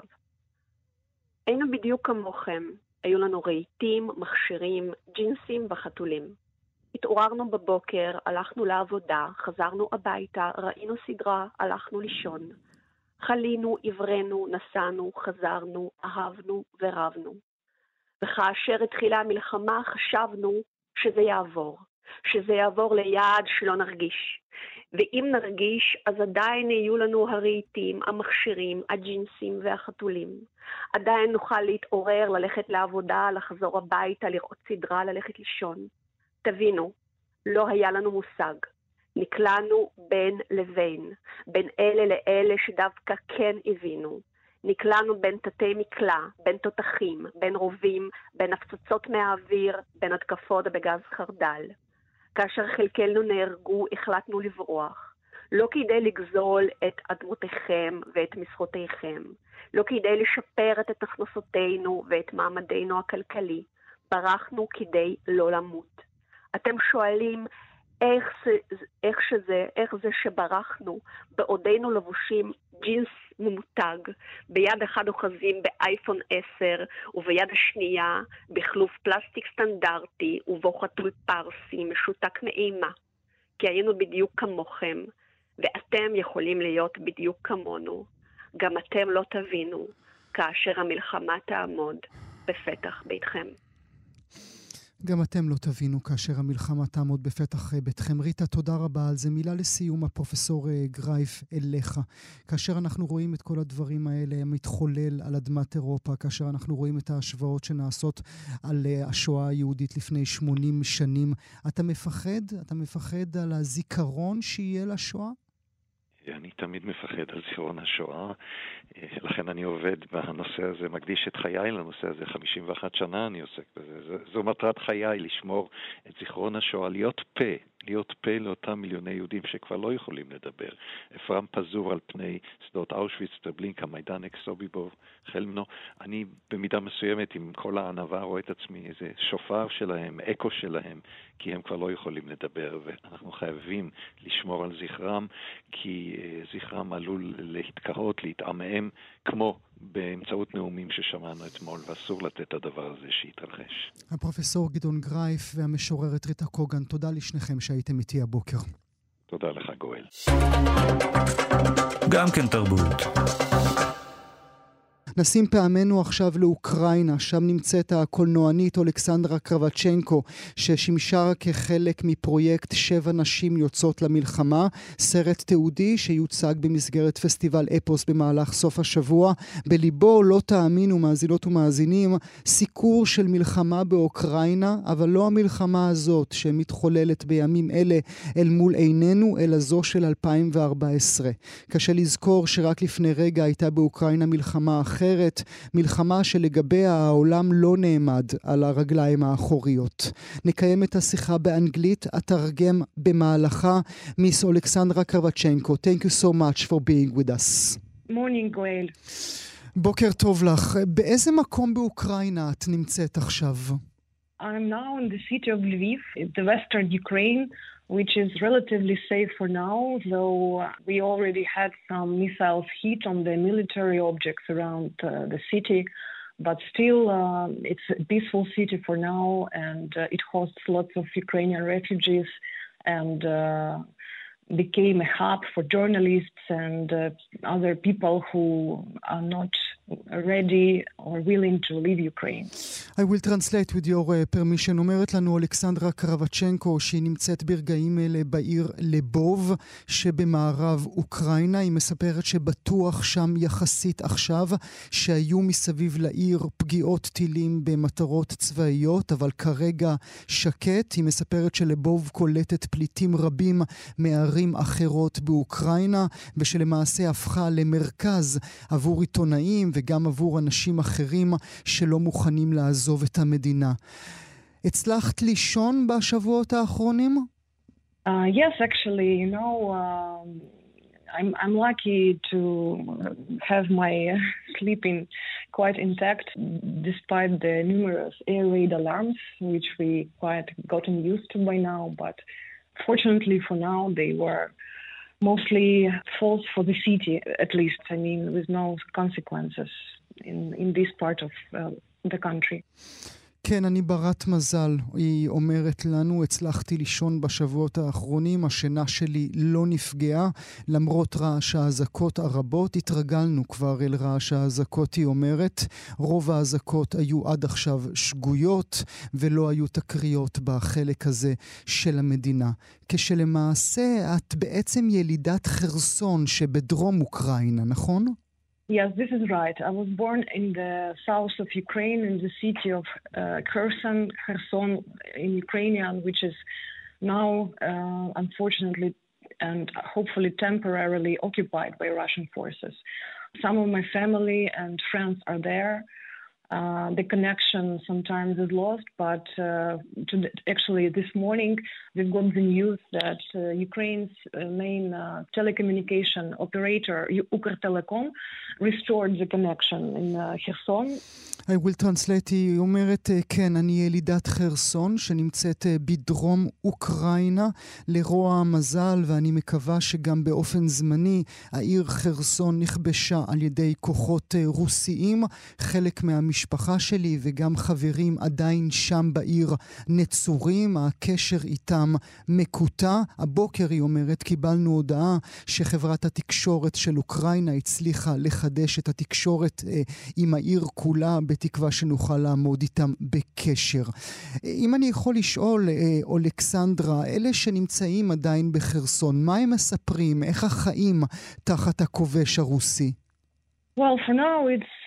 Speaker 8: היינו בדיוק כמוכם, היו לנו רהיטים, מכשירים, ג'ינסים וחתולים. התעוררנו בבוקר, הלכנו לעבודה, חזרנו הביתה, ראינו סדרה, הלכנו לישון. חלינו, עברנו, נסענו, חזרנו, אהבנו ורבנו. וכאשר התחילה המלחמה חשבנו שזה יעבור. שזה יעבור ליעד שלא נרגיש. ואם נרגיש, אז עדיין יהיו לנו הרהיטים, המכשירים, הג'ינסים והחתולים. עדיין נוכל להתעורר, ללכת לעבודה, לחזור הביתה, לראות סדרה, ללכת לישון. תבינו, לא היה לנו מושג. נקלענו בין לבין, בין אלה לאלה שדווקא כן הבינו. נקלענו בין תתי מקלע, בין תותחים, בין רובים, בין הפצצות מהאוויר, בין התקפות בגז חרדל. כאשר חלקנו נהרגו, החלטנו לברוח. לא כדי לגזול את אדמותיכם ואת משרותיכם. לא כדי לשפר את הכנסותינו ואת מעמדנו הכלכלי. ברחנו כדי לא למות. אתם שואלים, איך זה שברחנו בעודנו לבושים ג'ינס ממותג, ביד אחד אוחזים באייפון 10 וביד השנייה בחלוף פלסטיק סטנדרטי ובו חתול פרסי משותק מאימה. כי היינו בדיוק כמוכם, ואתם יכולים להיות בדיוק כמונו. גם אתם לא תבינו כאשר המלחמה תעמוד בפתח ביתכם.
Speaker 3: גם אתם לא תבינו כאשר המלחמה תעמוד בפתח ביתכם. ריטה, תודה רבה על זה. מילה לסיום, הפרופסור גרייף אליך. כאשר אנחנו רואים את כל הדברים האלה מתחולל על אדמת אירופה, כאשר אנחנו רואים את ההשוואות שנעשות על השואה היהודית לפני 80 שנים, אתה מפחד? אתה מפחד על הזיכרון שיהיה לשואה?
Speaker 9: אני תמיד מפחד על זיכרון השואה, לכן אני עובד בנושא הזה, מקדיש את חיי לנושא הזה, 51 שנה אני עוסק בזה. זו מטרת חיי, לשמור את זיכרון השואה, להיות פה לאותם מיליוני יהודים שכבר לא יכולים לדבר. אפרם פזור על פני שדות אושוויץ, טרבלינקה, מיידנק, סוביבוב, חלמנו. אני במידה מסוימת עם כל הענווה רואה את עצמי איזה שופר שלהם, אקו שלהם, כי הם כבר לא יכולים לדבר, ואנחנו חייבים לשמור על זכרם, כי זכרם עלול להתקרות, להתעמם, כמו באמצעות נאומים ששמענו אתמול, ואסור לתת את הדבר הזה שיתרחש.
Speaker 3: הפרופסור גדעון גרייף והמשוררת ריטה קוגן, תודה לשניכם שהייתם איתי הבוקר.
Speaker 9: תודה לך גואל.
Speaker 2: גם כן תרבות.
Speaker 3: נשים פעמנו עכשיו לאוקראינה, שם נמצאת הקולנוענית אולכסנדרה קרבצ'נקו, ששימשה כחלק מפרויקט 7 נשים יוצאות למלחמה, סרט תיעודי שיוצג במסגרת פסטיבל אפוס במהלך סוף השבוע. בליבו, לא תאמינו מאזינות ומאזינים, סיקור של מלחמה באוקראינה, אבל לא המלחמה הזאת שמתחוללת בימים אלה אל מול עינינו, אלא זו של 2014. קשה לזכור שרק לפני רגע הייתה באוקראינה מלחמה אחרת, מלחמה שלגביה העולם לא נעמד על הרגליים האחוריות. נקיים את השיחה באנגלית, אתרגם במהלכה. מיס אולכסנדרה קרבצ'נקו, thank you so much for being with us.
Speaker 10: Morning, גואל.
Speaker 3: בוקר טוב לך. באיזה מקום באוקראינה את נמצאת עכשיו?
Speaker 10: I'm now in the city of Lviv, the western Ukraine, which is relatively safe for now, though we already had some missiles hit on the military objects around the city. But still, it's a peaceful city for now, and it hosts lots of Ukrainian refugees and became a hub for journalists and other people who are not ready or willing to leave Ukraine.
Speaker 3: I will translate with your permission. אומרת לנו אלכסנדרה קרבצ'נקו שהיא נמצאת ברגעים אלה בעיר לבוב שבמערב אוקראינה. היא מספרת שבטוח שם יחסית עכשיו שהיו מסביב לעיר פגיעות טילים במטרות צבאיות, אבל כרגע שקט. היא מספרת שלבוב קולטת פליטים רבים מערים אחרות באוקראינה, ושלמעשה הפכה למרכז עבור עיתונאים וגם עבור אנשים אחרים שלא מוכנים לעזוב את המדינה. הצלחת לישון בשבועות האחרונים?
Speaker 10: Yes, actually, you know, I'm lucky to have my sleeping quite intact despite the numerous air raid alarms, which we quite gotten used to by now. But fortunately for now, they were mostly false for the city, at least. I mean, with no consequences in this part of the country.
Speaker 3: כן, אני ברת מזל, היא אומרת לנו, הצלחתי לישון בשבועות האחרונים, השינה שלי לא נפגעה, למרות רעש האזעקות הרבות, התרגלנו כבר אל רעש האזעקות, היא אומרת, רוב האזעקות היו עד עכשיו שגויות, ולא היו תקריות בחלק הזה של המדינה. כשלמעשה את בעצם ילידת חרסון שבדרום אוקראינה, נכון?
Speaker 10: Yes, this is right. I was born in the south of Ukraine, in the city of Kherson in Ukrainian, which is now, unfortunately and hopefully temporarily occupied by Russian forces. Some of my family and friends are there. The connection sometimes is lost, but actually this morning we've got the news that Ukraine's main telecommunication operator, Ukrtelecom, restored the connection in Kherson.
Speaker 3: I will translate, היא אומרת, כן, אני ילידת חרסון שנמצאת בדרום אוקראינה, לרוע המזל, ואני מקווה שגם באופן זמני העיר חרסון נכבשה על ידי כוחות רוסיים. חלק מהמשפחה שלי וגם חברים עדיין שם בעיר נצורים, הקשר איתם מקוטע. הבוקר, היא אומרת, קיבלנו הודעה שחברת התקשורת של אוקראינה הצליחה לחדש את התקשורת עם העיר כולה, בתקווה שנוכל לעמוד איתם בקשר. אם אני יכול לשאול, אלכסנדרה, אלה שנמצאים עדיין בחרסון, מה הם מספרים? איך החיים תחת הכובש הרוסי?
Speaker 10: Well, for now it's,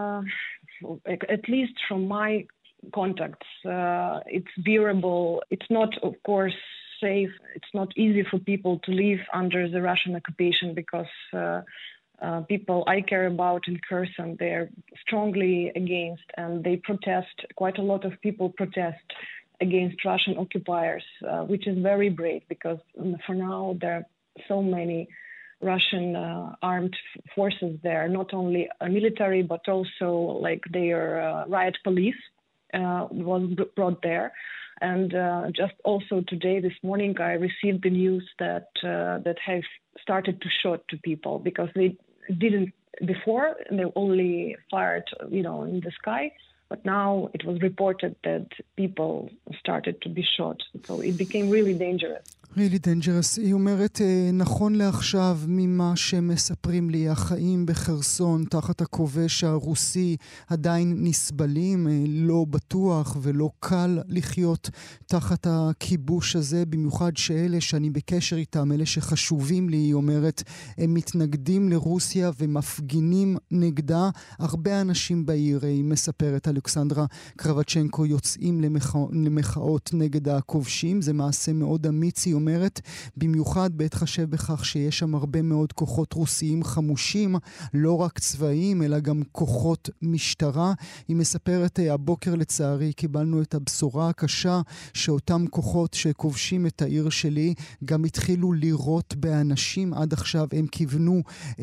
Speaker 10: at least from my contacts, it's bearable. It's not, of course, safe. It's not easy for people to live under the Russian occupation because people I care about in Kherson, they're strongly against, and they protest. Quite a lot of people protest against Russian occupiers, which is very brave because for now there are so many Russian armed forces there, not only military but also like their riot police was brought there. And just also today, this morning, I received the news that that have started to shoot to people because they didn't before. They only fired, in the sky. But now it was reported that people started to be shot. So it became really dangerous.
Speaker 3: really dangerous. היא אומרת, נכון לעכשיו ממה שמספרים לי, החיים בחרסון תחת הכובש הרוסי עדיין נסבלים, לא בטוח ולא קל לחיות תחת הכיבוש הזה, במיוחד שאלה שאני בקשר איתם, אלה שחשובים לי, היא אומרת, הם מתנגדים לרוסיה ומפגינים נגדה. הרבה אנשים בעיר, היא מספרת, אלכסנדרה קרבצ'נקו, יוצאים למחאות נגד הכובשים. זה מעשה מאוד אמיץ, היא אומרת, אומרת, במיוחד בהתחשב בכך שיש שם הרבה מאוד כוחות רוסיים חמושים, לא רק צבאיים, אלא גם כוחות משטרה. היא מספרת, הבוקר לצערי קיבלנו את הבשורה הקשה, שאותם כוחות שכובשים את העיר שלי, גם התחילו לירות באנשים. עד עכשיו הם כיוונו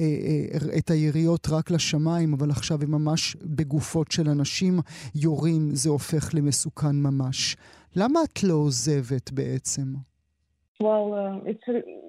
Speaker 3: את היריות רק לשמיים, אבל עכשיו הם ממש בגופות של אנשים יורים, זה הופך למסוכן ממש. למה את לא עוזבת בעצם?
Speaker 10: Well, it's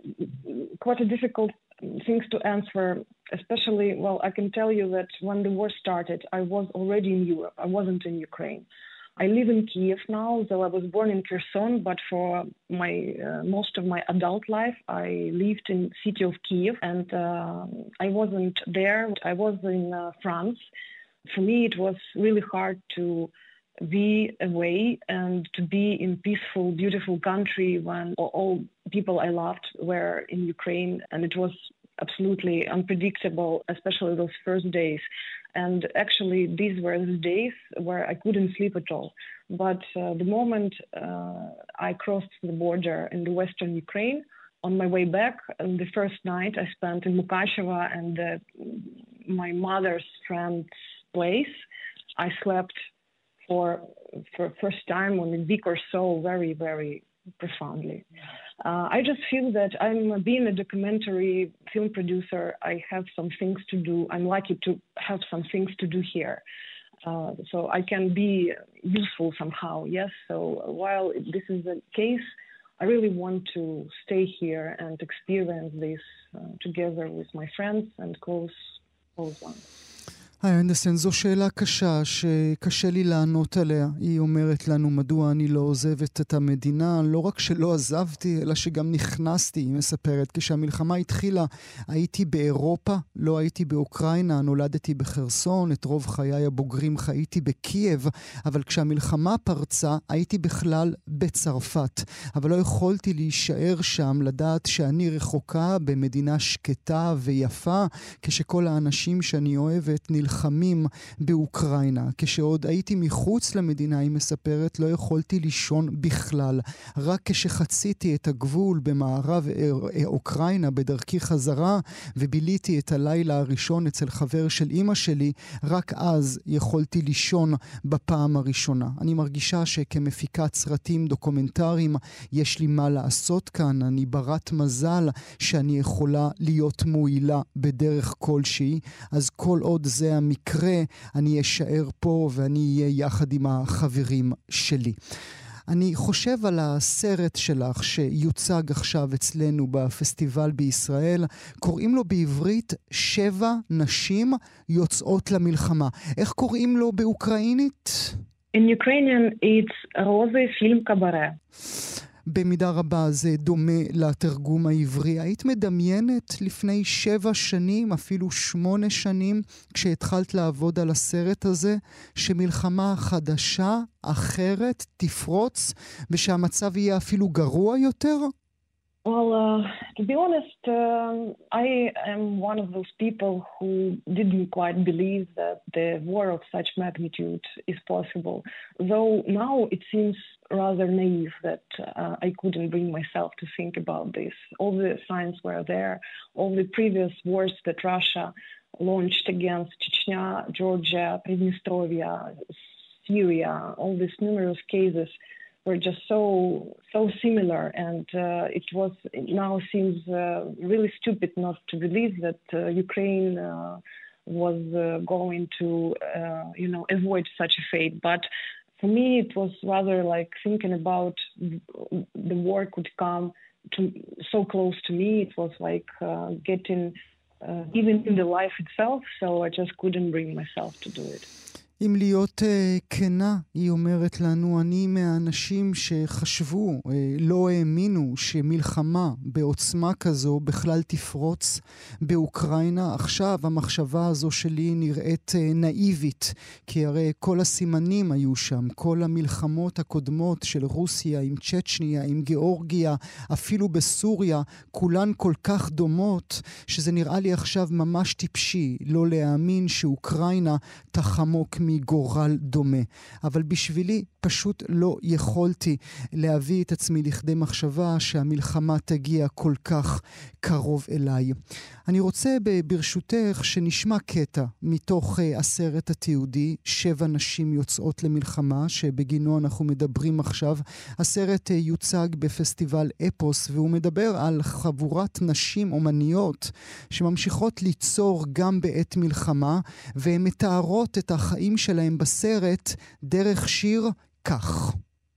Speaker 10: quite a difficult things to answer, especially, well, I can tell you that when the war started, I was already in Europe. I wasn't in Ukraine. I live in Kiev now, though I was born in Kherson, but for my most of my adult life, I lived in city of Kiev, and I wasn't there. I was in France. For me, it was really hard to be away and to be in peaceful, beautiful country when all people I loved were in Ukraine, and it was absolutely unpredictable, especially those first days. And actually, these were the days where I couldn't sleep at all. But the moment I crossed the border in the western Ukraine, on my way back, the first night I spent in Mukacheva and my mother's friend's place. I slept for first time on a week or so, very, very profoundly. I just feel that I'm being a documentary film producer. I have some things to do. I'm lucky to have some things to do here. So I can be useful somehow, yes. So while this is the case, I really want to stay here and experience this together with my friends and close ones.
Speaker 3: אנדרסן, זו שאלה קשה שקשה לי לענות עליה. היא אומרת לנו מדוע אני לא עוזבת את המדינה. לא רק שלא עזבתי, אלא שגם נכנסתי, היא מספרת. כשהמלחמה התחילה, הייתי באירופה, לא הייתי באוקראינה, נולדתי בחרסון, את רוב חיי הבוגרים חייתי בקייב, אבל כשהמלחמה פרצה, הייתי בכלל בצרפת. אבל לא יכולתי להישאר שם, לדעת שאני רחוקה במדינה שקטה ויפה, כשכל האנשים שאני אוהבת נלחמים באוקראינה. כשעוד הייתי מחוץ למדינה, היא מספרת, לא יכולתי לישון בכלל. רק כשחציתי את הגבול במערב אוקראינה בדרכי חזרה, וביליתי את הלילה הראשון אצל חבר של אמא שלי, רק אז יכולתי לישון בפעם הראשונה. אני מרגישה שכמפיקת סרטים דוקומנטריים יש לי מה לעשות כאן. אני ברת מזל שאני יכולה להיות מועילה בדרך כלשהי, אז כל עוד זה המקרה, אני אשאר פה ואני אהיה יחד עם החברים שלי. אני חושב על הסרט שלך שיוצג עכשיו אצלנו בפסטיבל בישראל, קוראים לו בעברית 7 נשים יוצאות למלחמה. איך קוראים לו באוקראינית?
Speaker 10: In Ukrainian it's Roze Film Cabaret.
Speaker 3: במידה רבה זה דומה לתרגום העברי. היית מדמיינת לפני 7 שנים, אפילו 8 שנים, כשהתחלת לעבוד על הסרט הזה, שמלחמה חדשה, אחרת, תפרוץ, ושהמצב יהיה אפילו גרוע יותר?
Speaker 10: Well, to be honest, I am one of those people who didn't quite believe that the war of such magnitude is possible. Though now it seems rather naive that I couldn't bring myself to think about this. All the signs were there. All the previous wars that Russia launched against Chechnya, Georgia, Prydnestrovia, Syria, all these numerous cases were just so similar, and it now seems really stupid not to believe that Ukraine was going to avoid such a fate. But for me, it was rather like thinking about the war could come so close to me. It was like getting even in the life itself, so I just couldn't bring myself to do it.
Speaker 3: אם להיות כנה, היא אומרת לנו, אני מהאנשים שחשבו, לא האמינו שמלחמה בעוצמה כזו בכלל תפרוץ באוקראינה. עכשיו המחשבה הזו שלי נראית נאיבית, כי הרי כל הסימנים היו שם, כל המלחמות הקודמות של רוסיה עם צ'צ'ניה, עם גיאורגיה, אפילו בסוריה, כולן כל כך דומות, שזה נראה לי עכשיו ממש טיפשי, לא להאמין שאוקראינה תחמוק מגורל דומה. אבל בשבילי פשוט לא יכולתי להביא את עצמי לכדי מחשבה שהמלחמה תגיע כל כך קרוב אליי. אני רוצה ברשותך שנשמע קטע מתוך הסרט התיעודי 7 נשים יוצאות למלחמה, שבגינו אנחנו מדברים עכשיו. הסרט יוצג בפסטיבל אפוס, והוא מדבר על חבורת נשים אומניות שממשיכות ליצור גם בעת מלחמה, והן מתארות את החיים שלהם בסרט דרך שיר כך.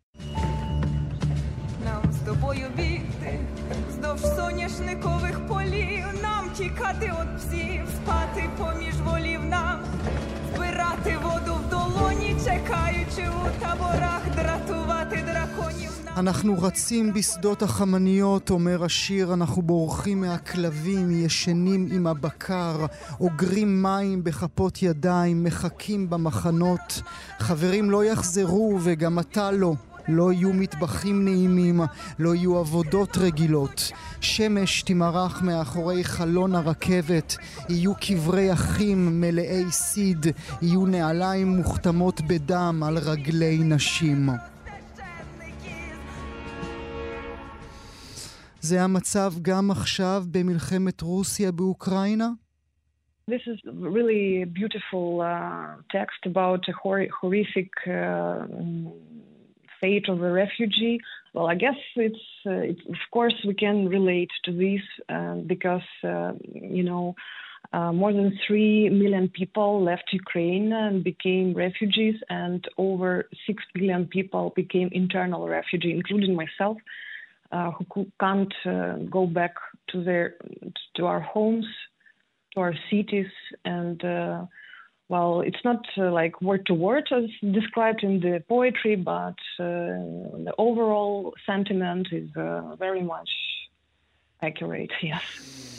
Speaker 11: Нам з тобою бігти вздовж соняшникових полів, нам тікати від псів, спати поміж волів нам, збирати воду в долоні, чекаючи у таборах, дратувати драконів.
Speaker 3: אנחנו רצים בשדות החמניות, אומר השיר, אנחנו בורחים מהכלבים, ישנים עם הבקר, אוגרים מים בכפות ידיים, מחכים במחנות, חברים לא יחזרו וגם אתה לא. לא יהיו מטבחים נעימים, לא יהיו עבודות רגילות. שמש תמרח מאחורי חלון הרכבת, יהיו קברי אחים מלאי סיד, יהיו נעליים מוכתמות בדם על רגלי נשים. זה המצב גם עכשיו במלחמת רוסיה באוקראינה?
Speaker 10: This is really a beautiful text about a horrific fate of a refugee. Well, I guess it's of course we can relate to this because more than 3 million people left Ukraine and became refugees, and over 6 million people became internal refugees, including myself, who can't go back to our homes, to our cities, and well, it's not like word to word as described in the poetry, but the overall sentiment is very much accurate, yes.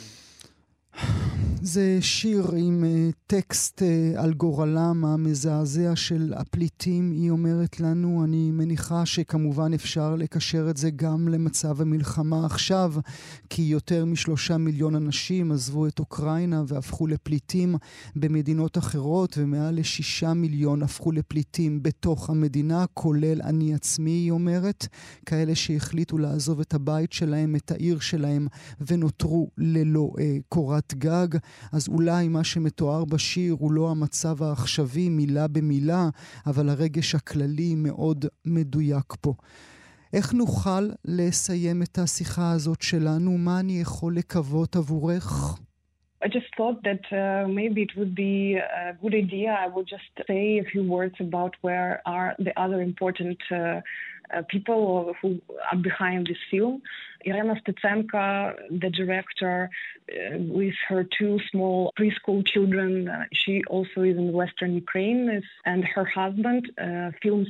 Speaker 3: זה שיר עם טקסט על גורלם המזעזע של הפליטים, היא אומרת לנו. אני מניחה שכמובן אפשר לקשר את זה גם למצב המלחמה עכשיו, כי יותר מ3 מיליון אנשים עזבו את אוקראינה והפכו לפליטים במדינות אחרות, ומעל ל6 מיליון הפכו לפליטים בתוך המדינה, כולל אני עצמי, היא אומרת, כאלה שהחליטו לעזוב את הבית שלהם, את העיר שלהם, ונותרו ללא קורת גג. אז אולי מה שמתואר בשיר הוא לא המצב העכשווי מילה במילה, אבל הרגש הכללי מאוד מדויק פה. איך נוכל לסיים את השיחה הזאת שלנו? מה אני יכול לקוות עבורך?
Speaker 10: I just thought that maybe it would be a good idea. I will just say a few words about where are the other important people who are behind this film. Irena Stetsenko, the director, with her 2 small preschool children, she also is in Western Ukraine, and her husband, films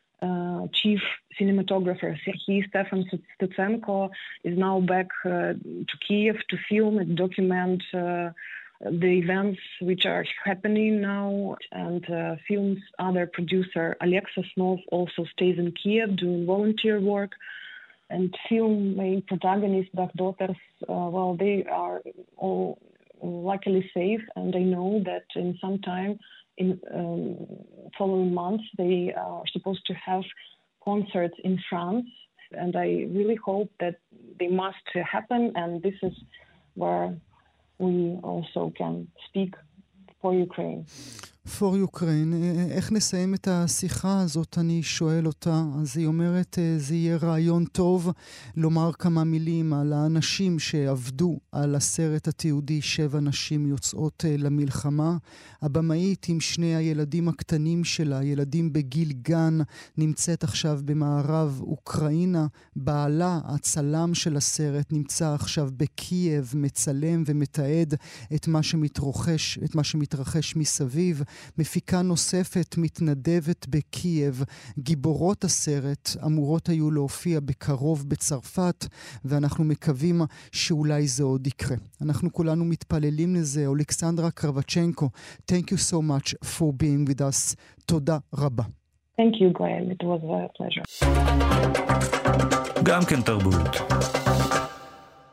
Speaker 10: chief cinematographer Serhiy Stefan Stetsenko, is now back to Kiev to film and document the events which are happening now, and films other producer Alexa Snov also stays in Kiev doing volunteer work, and film main protagonist back daughters, well, they are all luckily safe, and I know that in some time in following months they are supposed to have concerts in France, and I really hope that they must happen, and this is where we also can speak for Ukraine.
Speaker 3: For Ukraine, איך נסיים את השיחה הזאת, אני שואל אותה. אז היא אומרת, זה יהיה רעיון טוב לומר כמה מילים על האנשים שעבדו על הסרט התיעודי 7 נשים יוצאות למלחמה. הבמאית עם 2 הילדים הקטנים שלה, ילדים בגיל גן, נמצאת עכשיו במערב אוקראינה. בעלה, הצלם של הסרט, נמצא עכשיו בקייב, מצלם ומתעד את מה שמתרחש מסביב. מפיקה נוספת מתנדבת בקייב. גיבורות הסרט אמורות היו להופיע בקרוב בצרפת, ואנחנו מקווים שאולי זה עוד יקרה. אנחנו כולנו מתפללים לזה. אולכסנדרה קרבצ'נקו, thank you so much for being with us. תודה רבה.
Speaker 10: Thank you, Graham. It was a pleasure.
Speaker 2: גם כן תרבות.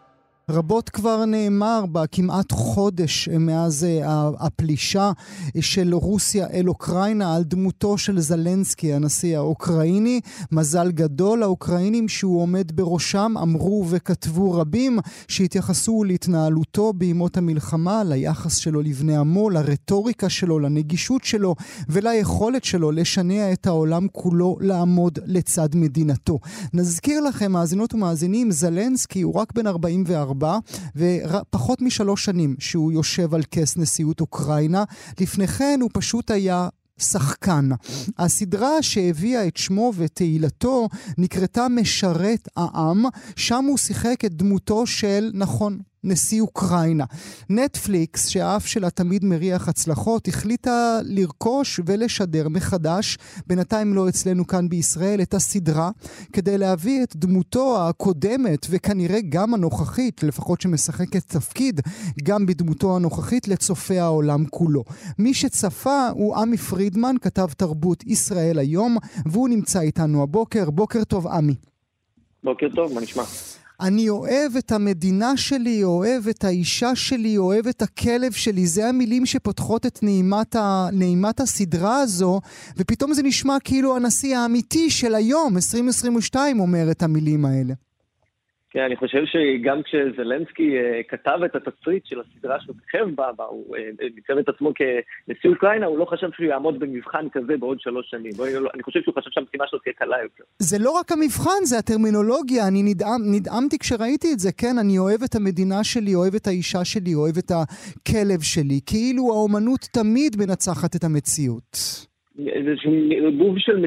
Speaker 3: רבות כבר נאמר בכמעט חודש מאז הפלישה של רוסיה אל אוקראינה על דמותו של זלנסקי, הנשיא האוקראיני. מזל גדול האוקראינים שהוא עומד בראשם, אמרו וכתבו רבים שהתייחסו להתנהלותו בימות המלחמה, ליחס שלו לבני עמו, לרטוריקה שלו, לנגישות שלו וליכולת שלו לשנע את העולם כולו לעמוד לצד מדינתו. נזכיר לכם, מאזינות ומאזינים, זלנסקי הוא רק בן 44 ופחות מ3 שנים שהוא יושב על כס נשיאות אוקראינה. לפני כן הוא פשוט היה שחקן. הסדרה שהביאה את שמו ותהילתו נקראתה משרת העם, שם הוא שיחק את דמותו של, נכון, נשיא אוקראינה. נטפליקס, שהאף שלה תמיד מריח הצלחות, החליטה לרכוש ולשדר מחדש, בינתיים לא אצלנו כאן בישראל, את הסדרה, כדי להביא את דמותו הקודמת, וכנראה גם הנוכחית, לפחות שמשחקת תפקיד, גם בדמותו הנוכחית, לצופי העולם כולו. מי שצפה הוא עמי פרידמן, כתב תרבות ישראל היום, והוא נמצא איתנו הבוקר. בוקר טוב, עמי.
Speaker 12: בוקר טוב, מה נשמע?
Speaker 3: אני אוהב את המדינה שלי, אוהב את האישה שלי, אוהב את הכלב שלי. זה המילים שפותחות את נעימת הסדרה הזו, ופתאום זה נשמע כאילו הנשיא האמיתי של היום, 2022, אומר את המילים האלה.
Speaker 12: כן, אני חושב שגם כשזלנסקי כתב את התסריט של הסדרה שהוא כיכב בה, הוא ניצב את עצמו כנשיא אוקראינה, הוא לא חשב שהוא יעמוד במבחן כזה בעוד 3 שנים. אני חושב שהוא חשב שהמשימה שלו תהיה קלה יותר. זה
Speaker 3: לא רק המבחן, זה הטרמינולוגיה. אני נדהמתי כשראיתי את זה, כן? אני אוהב את המדינה שלי, אוהב את האישה שלי, אוהב את הכלב שלי. כאילו האומנות תמיד מנצחת את המציאות.
Speaker 12: זה בוב של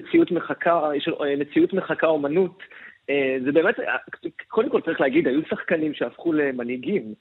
Speaker 12: מציאות מחכה אומנות. זה באמת, קודם כל צריך להגיד, היו שחקנים שהפכו למנהיגים,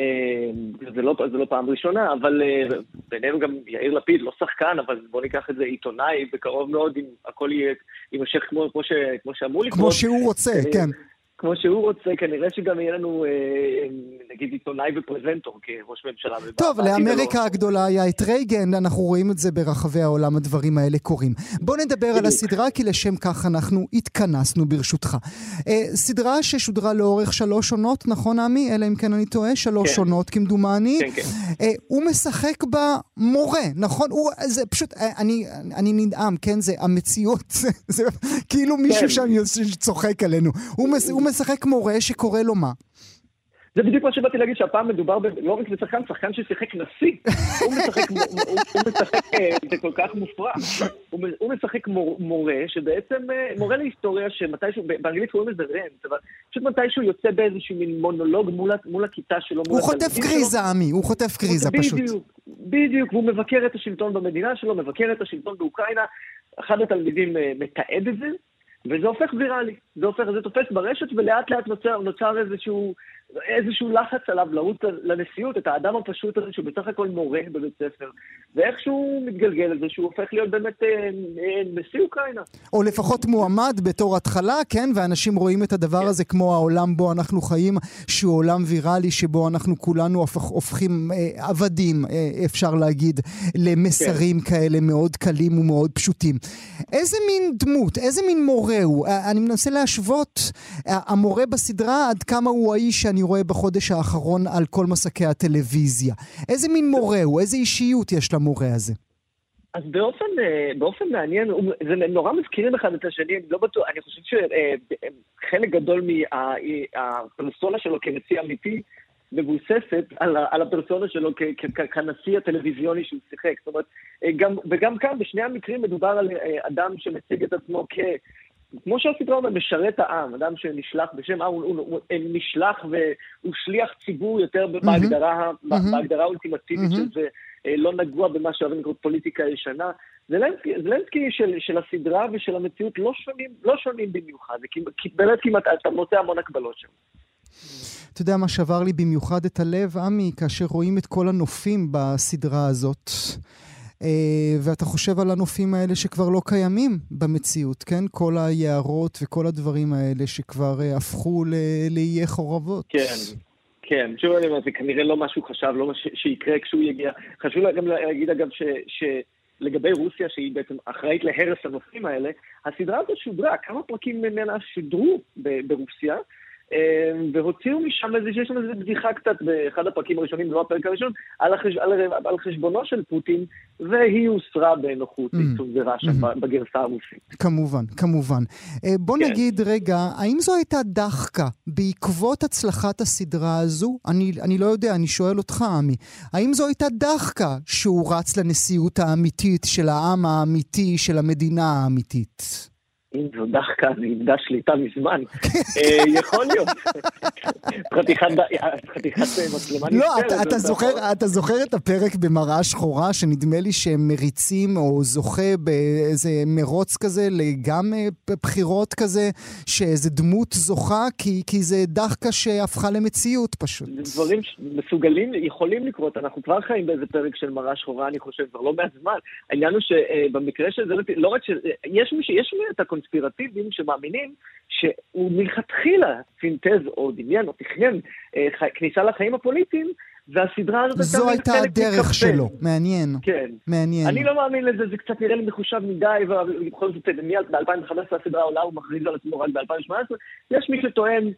Speaker 12: זה לא פעם ראשונה, אבל בינינו גם יאיר לפיד, לא שחקן, אבל בוא ניקח את זה עיתונאי, בקרוב מאוד, אם הכל יימשך כמו שאמור לקרות.
Speaker 3: כמו שהוא רוצה, כן.
Speaker 12: כמו שהוא רוצה, כנראה שגם יהיה לנו, נגיד, עיתונאי ופרזנטור כראש ממשלה.
Speaker 3: טוב, לאמריקה הגדולה היה את רייגן, אנחנו רואים את זה ברחבי העולם, הדברים האלה קורים. בוא נדבר על הסדרה, כי לשם כך אנחנו התכנסנו ברשותך. סדרה ששודרה לאורך 3 עונות, נכון עמי? אלא אם כן אני טועה, 3 עונות כמדומני.
Speaker 12: כן, כן.
Speaker 3: הוא משחק במורה, נכון? זה פשוט, אני נדהם, כן? זה המציאות, זה כאילו מישהו שם צוחק עלינו. הוא משחק מורה שקורא לו מה?
Speaker 12: זה בדיוק מה שבאתי להגיד, שהפעם מדובר לא רק בשחקן ששיחק נשיא. הוא משחק, זה כל כך מופרע. הוא משחק מורה, שבעצם מורה להיסטוריה, שמתישהו, באנגלית קוראים לזה רנט, אבל פשוט מתישהו יוצא באיזשהו מין מונולוג מול הכיתה שלו.
Speaker 3: הוא חוטף קריזה, עמי, הוא חוטף קריזה פשוט.
Speaker 12: בדיוק, והוא מבקר את השלטון במדינה שלו, מבקר את השלטון באוקראינה, אחד התלמידים מתעד את זה, וזה הופך ויראלי, זה תופס ברשת, ולאט לאט נוצר איזשהו לחץ עליו לרוץ לנשיאות, את האדם הפשוט הזה שהוא בסך הכל מורה בבית ספר, ואיכשהו מתגלגל לזה שהוא הופך להיות באמת נשיא אוקראינה.
Speaker 3: או לפחות מועמד בתור התחלה, כן? ואנשים רואים את הדבר הזה כמו העולם בו אנחנו חיים, שהוא עולם ויראלי שבו אנחנו כולנו הופכים עבדים, אפשר להגיד, למסרים כאלה מאוד קלים ומאוד פשוטים. איזה מין דמות, איזה מין מורה הוא? אני מנסה להשוות המורה בסדרה עד כמה הוא האיש שאני רואה בחודש האחרון על כל מסקי הטלוויזיה. איזה מין מורה הוא? איזה אישיות יש למורה הזה?
Speaker 12: אז באופן מעניין, זה נורא מזכירים אחד את השני, אני לא בטוח, אני חושב שחלק גדול מהפרסונה שלו כנשיא אמיתי, מבוססת על הפרסונה שלו כנשיא הטלוויזיוני שהוא שיחק. זאת אומרת, וגם כאן בשני המקרים מדובר על אדם שמציג את עצמו כמו שהסדרה אומר, משרת העם, אדם שנשלח בשם העם, הוא נשלח והוא שליח ציבור יותר בהגדרה האולטימטיבית של זה, לא נגוע במה שאוהבים לקרוא פוליטיקה ישנה. זלנסקי של הסדרה ושל המציאות לא שונים במיוחד, באמת כמעט אתה מוצא המון הקבלות שם.
Speaker 3: אתה יודע מה שבר לי במיוחד את הלב, עמי, כאשר רואים את כל הנופים בסדרה הזאת, ואתה חושב על הנופים האלה שכבר לא קיימים במציאות, כן? כל היערות וכל הדברים האלה שכבר הפכו לאיי חורבות.
Speaker 12: כן, שוב אני אומר, זה כנראה לא משהו חשב, לא מה שיקרה כשהוא יגיע. חשוב גם להגיד אגב שלגבי רוסיה, שהיא בעצם אחראית להרס הנופים האלה, הסדרה הזאת שודרה, כמה פרקים ממנה שודרו ברוסיה, והוציאו משם שיש שם איזו בדיחה קצת באחד הפרקים הראשונים, זה לא הפרק הראשון, על חשבונו של פוטין, והיא הוסרה בנוחות, היא צונזרה שם בגרסה הרוסית.
Speaker 3: כמובן, כמובן. בוא נגיד רגע, האם זו הייתה דחקה בעקבות הצלחת הסדרה הזו? אני לא יודע, אני שואל אותך, עמי. האם זו הייתה דחקה שהוא רץ לנשיאות האמיתית של העם האמיתי, של המדינה האמיתית?
Speaker 12: אם זו דחקה, זה איבדה שליטה מזמן. יכול להיות. חתיכת מצלמה נפטרת.
Speaker 3: לא, אתה זוכר את הפרק במראה שחורה, שנדמה לי שהם מריצים או זוכה באיזה מרוץ כזה, גם בחירות כזה, שאיזה דמות זוכה, כי זה דחקה שהפכה למציאות פשוט.
Speaker 12: דברים מסוגלים, יכולים לקרות. אנחנו כבר חיים באיזה פרק של מראה שחורה, אני חושב, כבר לא מעט זמן. העניין הוא שבמקרה של זה, לא רק שיש את קונספירטיבים שמאמינים שהוא מלכתחילה סינתז או דמיין או תכנן כניסה לחיים הפוליטיים, והסדרה הזאת
Speaker 3: זו הייתה הדרך שלו. מעניין.
Speaker 12: כן.
Speaker 3: מעניין.
Speaker 12: אני לא מאמין לזה, זה קצת נראה לי מחושב מדי, ובכל זאת ב-2015 הסדרה עולה, הוא מכריז על עצמו רק ב-2018. יש מי שטוען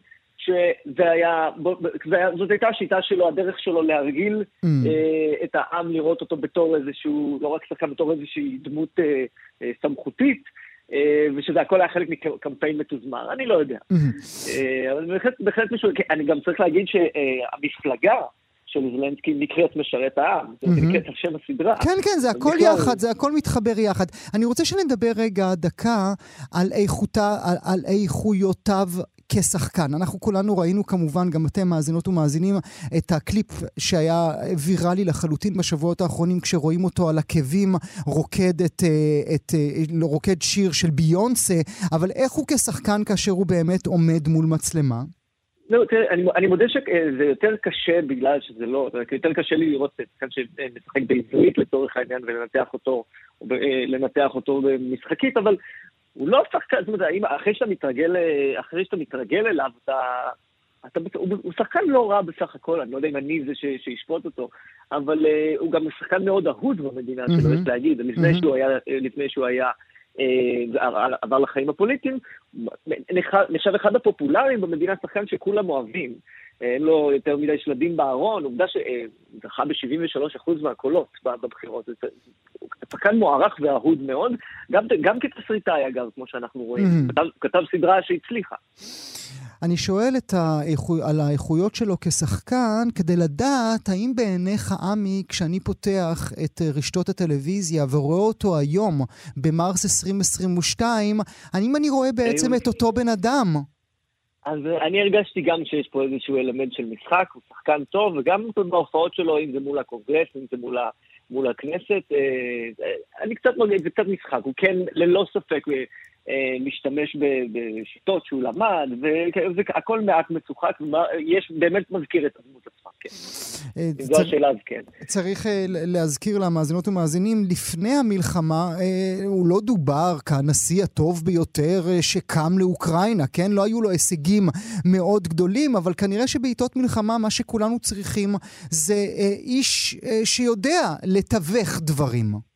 Speaker 12: זאת הייתה השיטה שלו, הדרך שלו להרגיל את העם, לראות אותו בתור איזשהו, לא רק שחקן, בתור איזושהי דמות סמכותית, ושזה הכל היה חלק מקמפיין מתוזמר, אני לא יודע. אבל בהחלט משהו, אני גם צריך להגיד שהמפלגה של זלנסקי נקראת משרת העם, זה נקראת על שם הסדרה.
Speaker 3: כן, כן, זה הכל יחד, זה הכל מתחבר יחד. אני רוצה שנדבר רגע דקה על איכויותיו כשחקן. אנחנו כולנו ראינו כמובן, גם אתם מאזינות ומאזינים, את הקליפ שהיה ויראלי לחלוטין בשבועות האחרונים, כשרואים אותו על עקבים רוקד שיר של ביונסה, אבל איך הוא כשחקן כאשר הוא באמת עומד מול מצלמה?
Speaker 12: לא, תראה, אני מודה שזה יותר קשה בגלל שזה לא, יותר קשה לי לראות שחקן שמשחק בעברית לצורך העניין ולנתח אותו במשחקית, אבל הוא לא שחקן, זאת אומרת, אחרי שאתה מתרגל אליו, הוא שחקן לא רע בסך הכל, אני לא יודע אם אני זה שישפוט אותו, אבל הוא גם שחקן מאוד אהוד במדינה שלו, יש להגיד, לפני שהוא היה עבר לחיים הפוליטיים, נחשב אחד הפופולריים במדינה, שחקן שכולם אוהבים, אין לו יותר מדי שלדים בארון, עובדה שזכה ב-73% מהקולות בבחירות, זה שחקן מוערך ואהוד מאוד, גם כתסריטאי אגב, כמו שאנחנו רואים, כתב סדרה שהצליחה.
Speaker 3: אני שואל על האיכויות שלו כשחקן, כדי לדעת האם בעיניך, עמי, כשאני פותח את רשתות הטלוויזיה ורואה אותו היום במרס 2022, האם אני רואה בעצם את אותו בן אדם?
Speaker 12: אז אני הרגשתי גם שיש פה איזשהו אלמנט של משחק, הוא שחקן טוב, וגם בהופעות שלו, אם זה מול הקונגרס, אם זה מול הכנסת, אני קצת מרגיש, זה קצת משחק, הוא כן ללא ספק משתמש בשיטות שהוא למד, והכל מעט מצוחק, יש באמת מזכיר את הדמות עצמה, כן. זו השאלה, אז כן.
Speaker 3: צריך להזכיר למאזינות ומאזינים, לפני המלחמה הוא לא דובר כנשיא הטוב ביותר שקם לאוקראינה, כן? לא היו לו הישגים מאוד גדולים, אבל כנראה שבעיתות מלחמה מה שכולנו צריכים זה איש שיודע לתווך דברים.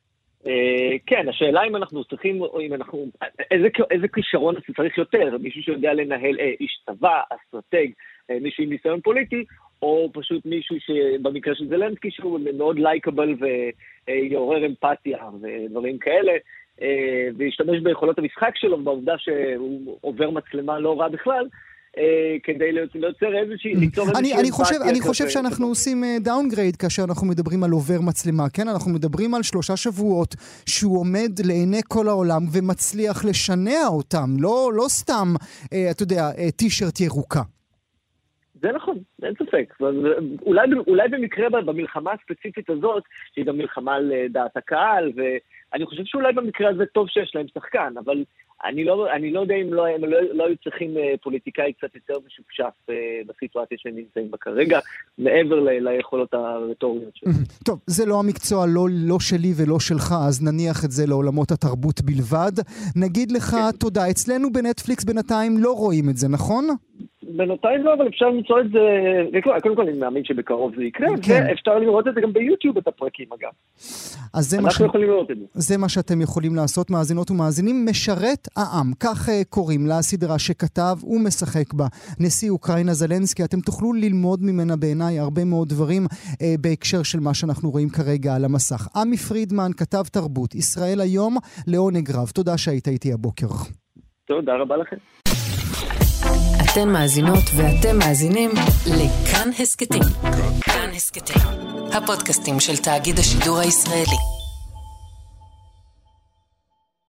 Speaker 12: כן, השאלה אם אנחנו צריכים, איזה כישרון צריך יותר, מישהו שיודע לנהל איש צבא, אסטרטג, מישהו עם ניסיון פוליטי, או פשוט מישהו שבמקרה של זלנסקי שהוא מאוד לייקבל ויעורר אמפתיה ודברים כאלה, וישתמש ביכולות המשחק שלו, בעובדה שהוא עובר מצלמה לא רע בכלל, כדי ליצור איזושהי...
Speaker 3: אני חושב שאנחנו עושים דאונגרייד כאשר אנחנו מדברים על עובר מצלמה, כן? אנחנו מדברים על 3 שבועות שהוא עומד לעיני כל העולם ומצליח לשנע אותם, לא סתם, אתה יודע, טישרט ירוקה.
Speaker 12: זה נכון, אין ספק. אולי במקרה במלחמה הספציפית הזאת, שהיא גם מלחמה על דעת הקהל, ואני חושב שאולי במקרה הזה טוב שיש להם שחקן, אבל אני לא יודע אם הם לא היו צריכים פוליטיקאי קצת יותר משופשף בסיטואציה שהם נמצאים בה כרגע, מעבר ליכולות הרטוריות שלהם.
Speaker 3: טוב, זה לא המקצוע, לא שלי ולא שלך, אז נניח את זה לעולמות התרבות בלבד. נגיד לך תודה, אצלנו בנטפליקס בינתיים לא רואים את זה, נכון?
Speaker 12: בינתיים לא, אבל אפשר למצוא את זה, קודם כל אני מאמין שבקרוב זה יקרה, ואפשר לראות את זה גם ביוטיוב, את הפרקים אגב. אנחנו יכולים לראות את זה.
Speaker 3: זה מה שאתם יכולים לעשות, מאזינות ומאזינים. משרת העם, כך קוראים לה הסדרה שכתב ומשחק בה נשיא אוקראינה זלנסקי. אתם תוכלו ללמוד ממנה בעיניי הרבה מאוד דברים בהקשר של מה שאנחנו רואים כרגע על המסך. עמי פרידמן, כתב תרבות, ישראל היום, לעונג רב. תודה שהיית איתי הבוקר.
Speaker 12: תודה רבה לכם.
Speaker 1: אתן מאזינות ואתם מאזינים לכאן הסקטים. כאן הסקטים, הפודקאסטים של תאגיד השידור הישראלי.